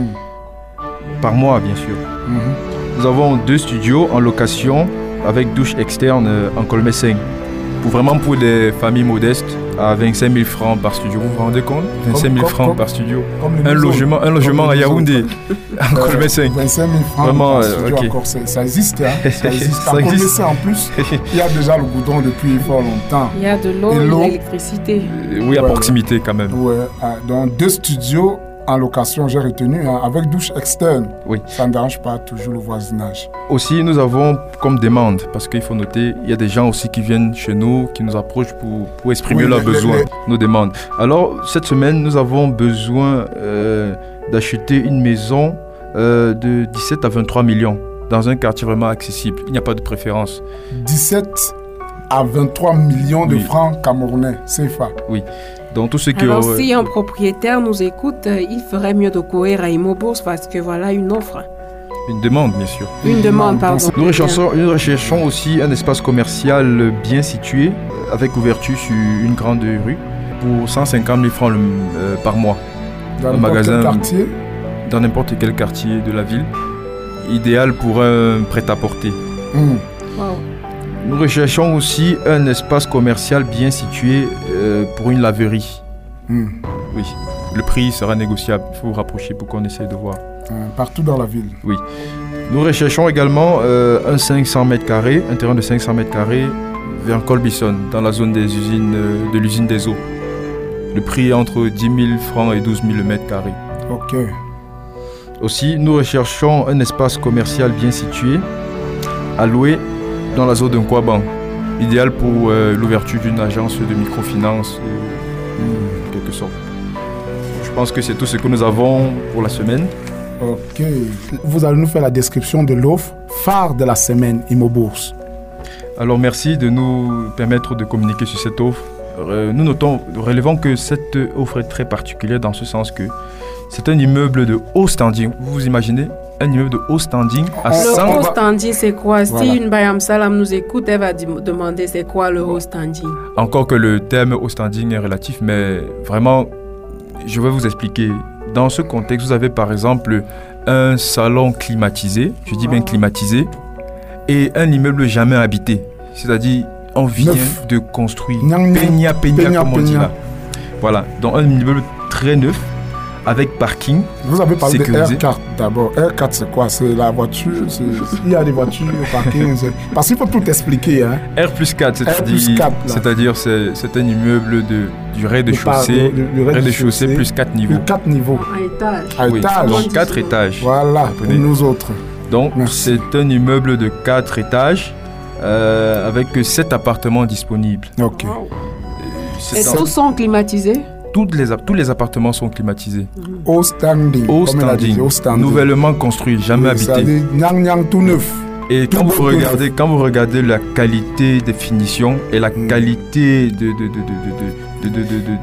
Par mois, bien sûr. Mmh. Nous avons deux studios en location avec douche externe en Colmesseng. Pour vraiment pour des familles modestes à vingt-cinq mille francs par studio. Vous vous rendez compte? vingt-cinq mille francs comme, par studio. Un logement, un logement à Yaoundé, en Colmesseng. vingt-cinq mille francs vraiment, par studio okay. encore, ça existe. Hein? Ça existe. Ça à existe. Colmesseng en plus, il y a déjà le goudron depuis fort longtemps. Il y a de l'eau et, et de l'électricité. Oui, à ouais, proximité quand même. Ouais, dans deux studios en location, j'ai retenu, hein, avec douche externe. Oui. Ça ne dérange pas toujours le voisinage. Aussi, nous avons comme demande, parce qu'il faut noter, il y a des gens aussi qui viennent chez nous, qui nous approchent pour, pour exprimer oui, leurs les, besoins, les, les... nos demandes. Alors, cette semaine, nous avons besoin euh, d'acheter une maison euh, de dix-sept à vingt-trois millions, dans un quartier vraiment accessible. Il n'y a pas de préférence. dix-sept à vingt-trois millions de oui. francs camerounais, C F A. Oui. Donc, tout ce qui Alors, aurait... si un propriétaire nous écoute, il ferait mieux de courir à Imo Bourse parce que voilà une offre. Une demande, bien sûr. Une demande, pardon. Nous recherchons, nous recherchons aussi un espace commercial bien situé, avec ouverture sur une grande rue, pour cent cinquante mille francs le, euh, par mois. Dans un magasin, quel quartier? Dans n'importe quel quartier de la ville. Idéal pour un prêt-à-porter. Mmh. Wow. Nous recherchons aussi un espace commercial bien situé euh, pour une laverie. Mmh. Oui, le prix sera négociable. Il faut vous rapprocher pour qu'on essaye de voir. Euh, partout dans la ville. Oui. Nous recherchons également euh, un cinq cents mètres carrés, un terrain de cinq cents mètres carrés vers Colbison, dans la zone des usines, euh, de l'usine des eaux. Le prix est entre dix mille francs et douze mille le mètre carré. Ok. Aussi, nous recherchons un espace commercial bien situé, à louer dans la zone de Nkwaban, idéal pour euh, l'ouverture d'une agence de microfinance, euh, en quelque sorte. Je pense que c'est tout ce que nous avons pour la semaine. Ok. Vous allez nous faire la description de l'offre phare de la semaine Imo Bourse. Alors merci de nous permettre de communiquer sur cette offre. Euh, nous notons, relevons que cette offre est très particulière dans ce sens que c'est un immeuble de haut standing. Vous vous imaginez un immeuble de haut standing à le cent... haut standing, c'est quoi? Voilà. Si une Bayam Salam nous écoute, elle va demander c'est quoi le haut standing. Encore que le terme haut standing est relatif, mais vraiment, je vais vous expliquer. Dans ce contexte, vous avez par exemple un salon climatisé, je dis bien climatisé, et un immeuble jamais habité. C'est-à-dire, on vient neuf. de construire peña, peña, comme on dit là. Voilà, donc un immeuble très neuf, avec parking. Vous avez parlé sécurisé. de R quatre d'abord. R quatre, c'est quoi? C'est la voiture, c'est... il y a des voitures, parking. C'est... Parce qu'il faut tout expliquer. Hein. R plus quatre, c'est-à-dire, c'est-à-dire c'est, c'est un immeuble de, du rez-de-chaussée, le, le, le rez-de-chaussée plus quatre niveaux. quatre niveaux. À étage. À oui, étage. Donc quatre étages. Voilà, pour nous autres. Donc, merci. C'est un immeuble de quatre étages euh, avec sept appartements disponibles. Ok. Wow. Et tous sont climatisés? Toutes les, tous les appartements sont climatisés. Au standing. Au standing. Au standing. Nouvellement construit, jamais oui, habité. Nyang nyang tout neuf. Et quand vous, regardez, quand vous regardez la qualité des finitions et la mmh. qualité de, de, de, de, de, de, de, de, de, de,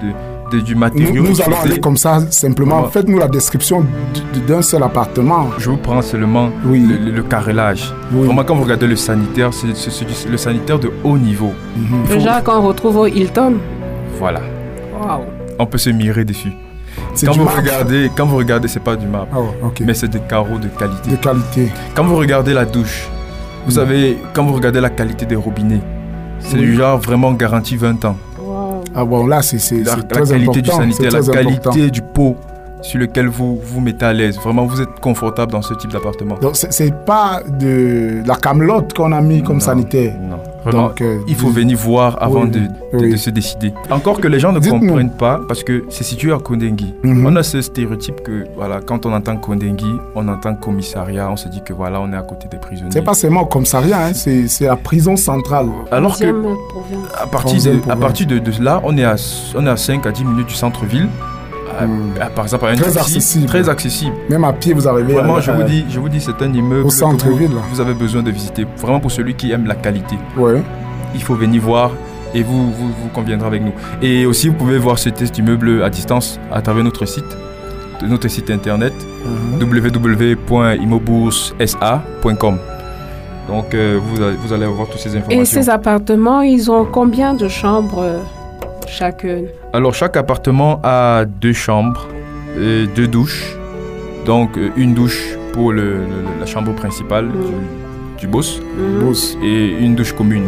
de, du matériau. Nous, nous allons aller comme ça, simplement. Vraiment. Faites-nous la description d- d'un seul appartement. Je vous prends seulement Oui. le, le- le carrelage. Oui. Vraiment, quand vous regardez le sanitaire, c'est, c'est- c'est du- le sanitaire de haut niveau. Mhm. Il faut- Déjà qu'on retrouve au Hilton. Voilà, Waouh. on peut se mirer dessus. C'est Quand du vous, marbre. regardez, quand vous regardez, c'est pas du marbre, Oh, ok. mais c'est des carreaux de qualité. De qualité. Quand vous regardez la douche, vous Mm. savez, quand vous regardez la qualité des robinets, c'est Oui. du genre vraiment garanti vingt ans. Waouh. Ah bon, là, c'est, c'est, La, c'est la très qualité important. du sanitaire, c'est la très qualité important. du pot sur lequel vous vous mettez à l'aise. Vraiment, vous êtes confortable dans ce type d'appartement. Donc, c'est, c'est pas de la camelote qu'on a mis comme Non, sanitaire. Non, vraiment, Donc, euh, il faut dis- venir voir avant Oui, de, de- oui. de se décider. Encore que les gens ne Dites-nous. comprennent pas, parce que c'est situé à Kondengui. Mhm. On a ce stéréotype que, voilà, quand on entend Kondengui, on entend commissariat, on se dit que voilà, on est à côté des prisonniers. C'est pas seulement au commissariat, hein, c'est, c'est la prison centrale. Alors que, Onzième province. à partir, Onzième de, à province. partir de, de là, on est, à, on est à cinq à dix minutes du centre-ville. À- Mm. à- par exemple, à un Très taxi, accessible. Très accessible. Même à pied, vous arrivez Vraiment, à, je à- vous dis, je vous dis, c'est un immeuble au que centre-ville, vous, là. vous avez besoin de visiter. Vraiment pour celui qui aime la qualité. Ouais. Il faut venir voir et vous, vous, vous conviendrez avec nous. Et aussi, vous pouvez voir ce test d'immeuble à distance à travers notre site, de notre site internet Mhm. w w w point immobourse s a point com. Donc, euh, vous, allez, vous allez avoir toutes ces informations. Et ces appartements, ils ont combien de chambres euh, chacune? Alors, chaque appartement a deux chambres, et deux douches. Donc, euh, une douche pour le, le- la chambre principale du, du boss Mhm, Boss. et une douche commune.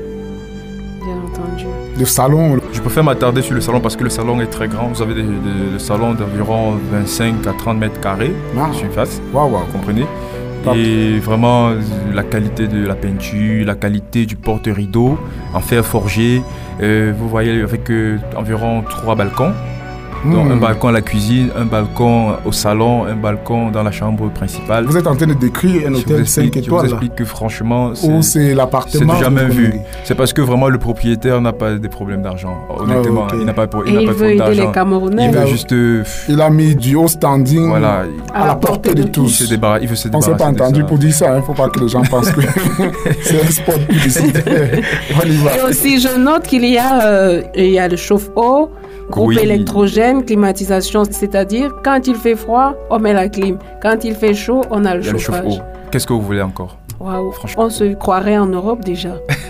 bien entendu. Le salon, le- Je préfère m'attarder sur le salon parce que le salon est très grand. Vous avez des, des- le salon d'environ vingt-cinq à trente mètres carrés Ah. de surface, waouh, waouh. vous comprenez. Top. Et vraiment, la qualité de la peinture, la qualité du porte-rideau en fer forgé. Euh, vous voyez avec euh, environ trois balcons. Donc Hmm. un balcon à la cuisine, un balcon au salon, un balcon dans la chambre principale. Vous êtes en train de décrire un Je vous hôtel cinq explique, je vous étoiles, là. explique que franchement, Ou c'est c'est l'appartement c'est du jamais que vous vu. connaissez. C'est parce que vraiment le propriétaire n'a pas de problème d'argent. Honnêtement, ok. il n'a pas, pour- Et n'a il pas veut de problème aider les d'argent. Camerounais. Il veut a- juste, euh, Il a mis du haut standing voilà, à la portée de il tous. se débarrasse, il veut se On débarrasser s'est pas de entendu ça. pour dire ça, il ne faut pas que les gens pensent que c'est un spot publicitaire. On y va. Et aussi, je note qu'il y a, euh, il y a le chauffe-eau, groupe Oui. électrogène, climatisation, c'est-à-dire quand il fait froid, on met la clim. Quand il fait chaud, on a le Il y a le chauffage. chauffe-eau. Qu'est-ce que vous voulez encore? Waouh, Franchement. on se croirait en Europe déjà.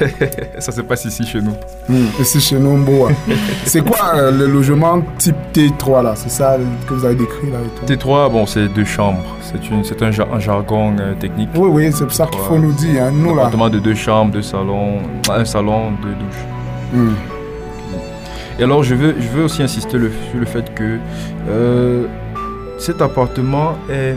Ça se passe ici chez nous. Hmm, ici chez nous, Mboa. C'est quoi euh, le logement type T trois là? C'est ça que vous avez décrit là et tout? T trois, bon, c'est deux chambres. C'est une, c'est un, jar- un jargon euh, technique. Oui, oui, c'est pour ça qu'il faut Ouais. nous dire. Hein, nous Un là. appartement de deux chambres, deux salons, un salon, deux douches. Hmm. Et alors, je veux, je veux aussi insister le- sur le fait que euh, cet appartement est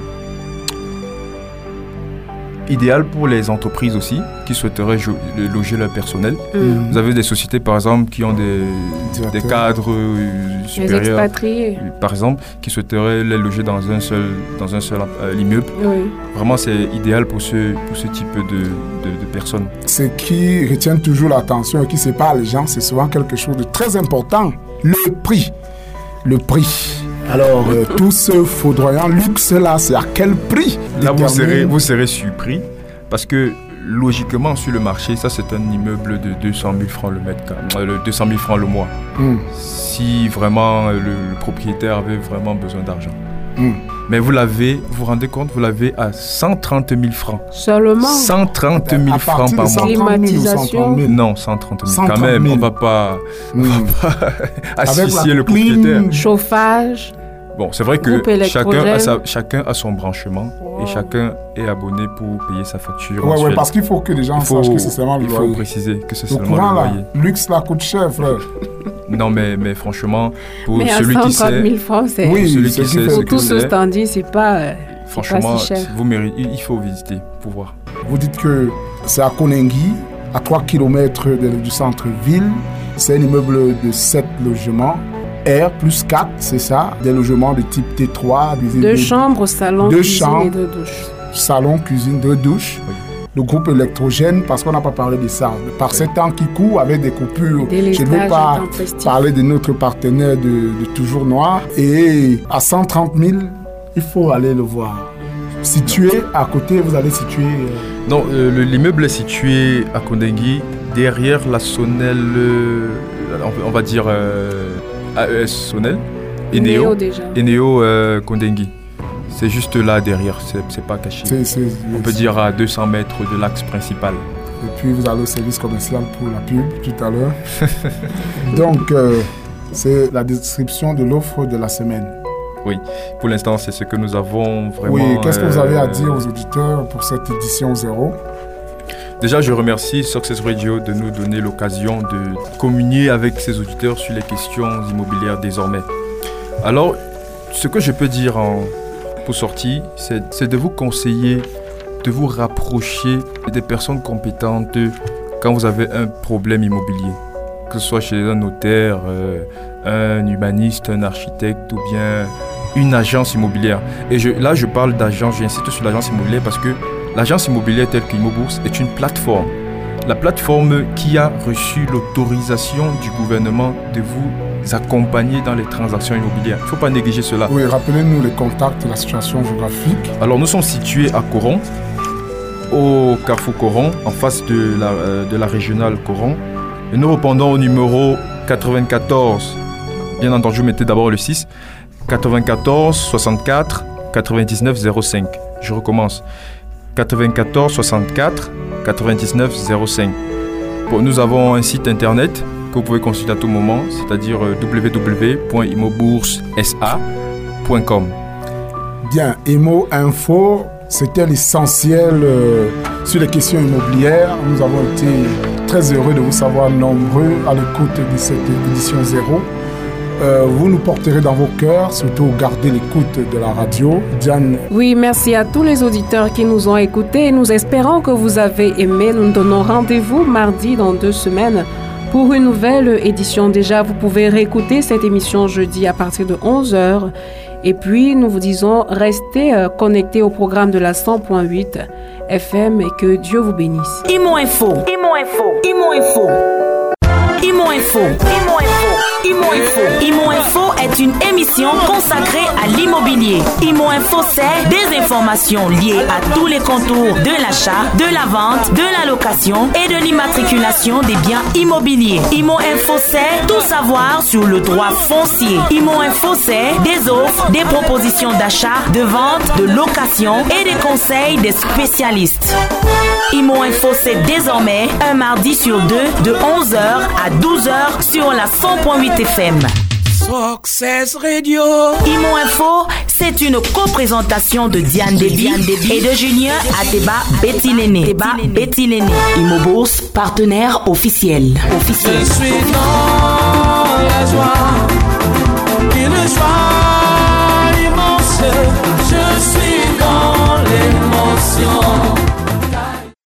idéal pour les entreprises aussi qui souhaiteraient jo- loger leur personnel. Mm. Vous avez des sociétés, par exemple, qui ont des, Directeur. des cadres euh, Les supérieurs, expatriés. euh, par exemple, qui souhaiteraient les loger dans un seul, dans un seul euh, immeuble. Oui. Vraiment, c'est idéal pour ce, pour ce type de, de, de personnes. Ce qui retient toujours l'attention et qui sépare les gens, c'est souvent quelque chose de très important. Le prix. Le prix. Alors, euh, tout ce foudroyant luxe là, c'est à quel prix? Là, vous détermine- serez, vous serez surpris parce que logiquement, sur le marché, ça, c'est un immeuble de deux cent mille francs le mètre carré, euh, le deux cent mille francs le mois. Hmm, Si vraiment euh, le, le propriétaire avait vraiment besoin d'argent. hmm. Mais vous l'avez, vous vous rendez compte, vous l'avez à cent trente mille francs. Seulement. cent trente mille À francs partir par de mois. cent trente mille ou Climatisation. cent trente mille. Non, cent trente mille. cent Quand trente même, mille. on va pas Hmm. asphyxier la le clim. propriétaire. Chauffage. Bon, c'est vrai que Groupe chacun électrogène. a, sa- chacun a son branchement Wow. et chacun est abonné pour payer sa facture. Ouais, ouais, mensuelle. parce qu'il faut que les gens Il faut, sachent que c'est seulement le il faut loyer. préciser que c'est Le seulement courant le là, loyer. luxe là coûte cher, frère. Non, mais, mais franchement, pour Mais à celui qui cent trente sait, mille francs, c'est. Oui, celui ce qui qui sait fait- ce Pour que tout ce c'est, standing, c'est pas. euh, franchement, si cher. vous méritez, il il faut visiter pour voir. Vous dites que c'est à Konengi, à trois kilomètres du centre-ville. C'est un immeuble de sept logements. R plus quatre, c'est ça. Des logements de type T trois. Des, Deux des- chambres, salon, Deux cuisine chambres. et deux douches. Salon, cuisine, deux douches. Oui. Le groupe électrogène, parce qu'on n'a pas parlé de ça. Par ces temps qui courent avec des coupures, je ne Délestage veux pas intempestif. parler de notre partenaire de, de Toujours Noir. Et à cent trente mille, il faut aller le voir. Situé à côté, vous allez situer. euh, Non, euh, le- l'immeuble est situé à Kondengui, derrière la Sonnelle, euh, on, on va dire euh, A E S Sonnel. Eneo déjà. Eneo euh, Kondengui. C'est juste là derrière, c'est, c'est pas caché. C'est, c'est, On peut c'est... dire à deux cents mètres de l'axe principal. Et puis vous allez au service commercial pour la pub tout à l'heure. Donc, euh, c'est la description de l'offre de la semaine. Oui, pour l'instant, c'est ce que nous avons vraiment... Oui, qu'est-ce que vous avez à euh, dire aux auditeurs pour cette édition zéro? Déjà, je remercie Success Radio de nous donner l'occasion de communier avec ses auditeurs sur les questions immobilières désormais. Alors, ce que je peux dire en, pour sortir, c'est, c'est de vous conseiller, de vous rapprocher des personnes compétentes quand vous avez un problème immobilier. Que ce soit chez un notaire, euh, un humaniste, un architecte ou bien une agence immobilière. Et je, là, je parle d'agence, j'insiste sur l'agence immobilière parce que l'agence immobilière telle qu'Immobourse est une plateforme. La plateforme qui a reçu l'autorisation du gouvernement de vous accompagner dans les transactions immobilières. Il ne faut pas négliger cela. Oui, rappelez-nous les contacts et la situation géographique. Alors, nous sommes situés à Coron, au Carrefour Coron, en face de la, euh, de la régionale Coron. Et nous répondons au numéro quatre-vingt-quatorze. Bien entendu, mettez d'abord le six. quatre-vingt-quatorze soixante-quatre quatre-vingt-dix-neuf zéro cinq. Je recommence. quatre-vingt-quatorze soixante-quatre quatre-vingt-dix-neuf zéro cinq. Bon, nous avons un site internet que vous pouvez consulter à tout moment, c'est-à-dire w w w point immobourse s a point com. Bien, Imo Info, c'était l'essentiel euh, sur les questions immobilières. Nous avons été très heureux de vous savoir nombreux à l'écoute de cette édition zéro. Euh, vous nous porterez dans vos cœurs, surtout gardez l'écoute de la radio. Diane. Oui, merci à tous les auditeurs qui nous ont écoutés. Nous espérons que vous avez aimé. Nous nous donnons rendez-vous mardi dans deux semaines pour une nouvelle édition. Déjà, vous pouvez réécouter cette émission jeudi à partir de onze heures. Et puis, nous vous disons, restez euh, connectés au programme de la cent point huit F M et que Dieu vous bénisse. Imo Info. Imo Info. Imo Info. Imo Info. Imo Info. Imo Info. Imo Info est une émission consacrée à l'immobilier. Imo Info, c'est des informations liées à tous les contours de l'achat, de la vente, de la location et de l'immatriculation des biens immobiliers. Imo Info, c'est tout savoir sur le droit foncier. Imo Info, c'est des offres, des propositions d'achat, de vente, de location et des conseils des spécialistes. Imo Info, c'est désormais un mardi sur deux de onze heures à douze heures sur la cent point huit F M. Success Radio. Imo Info, c'est une coprésentation de Diane Déby et de Julien Ateba Betty-Léné. Betty-Léné. Immobourse, partenaire officiel. Officiel. Je suis dans la joie.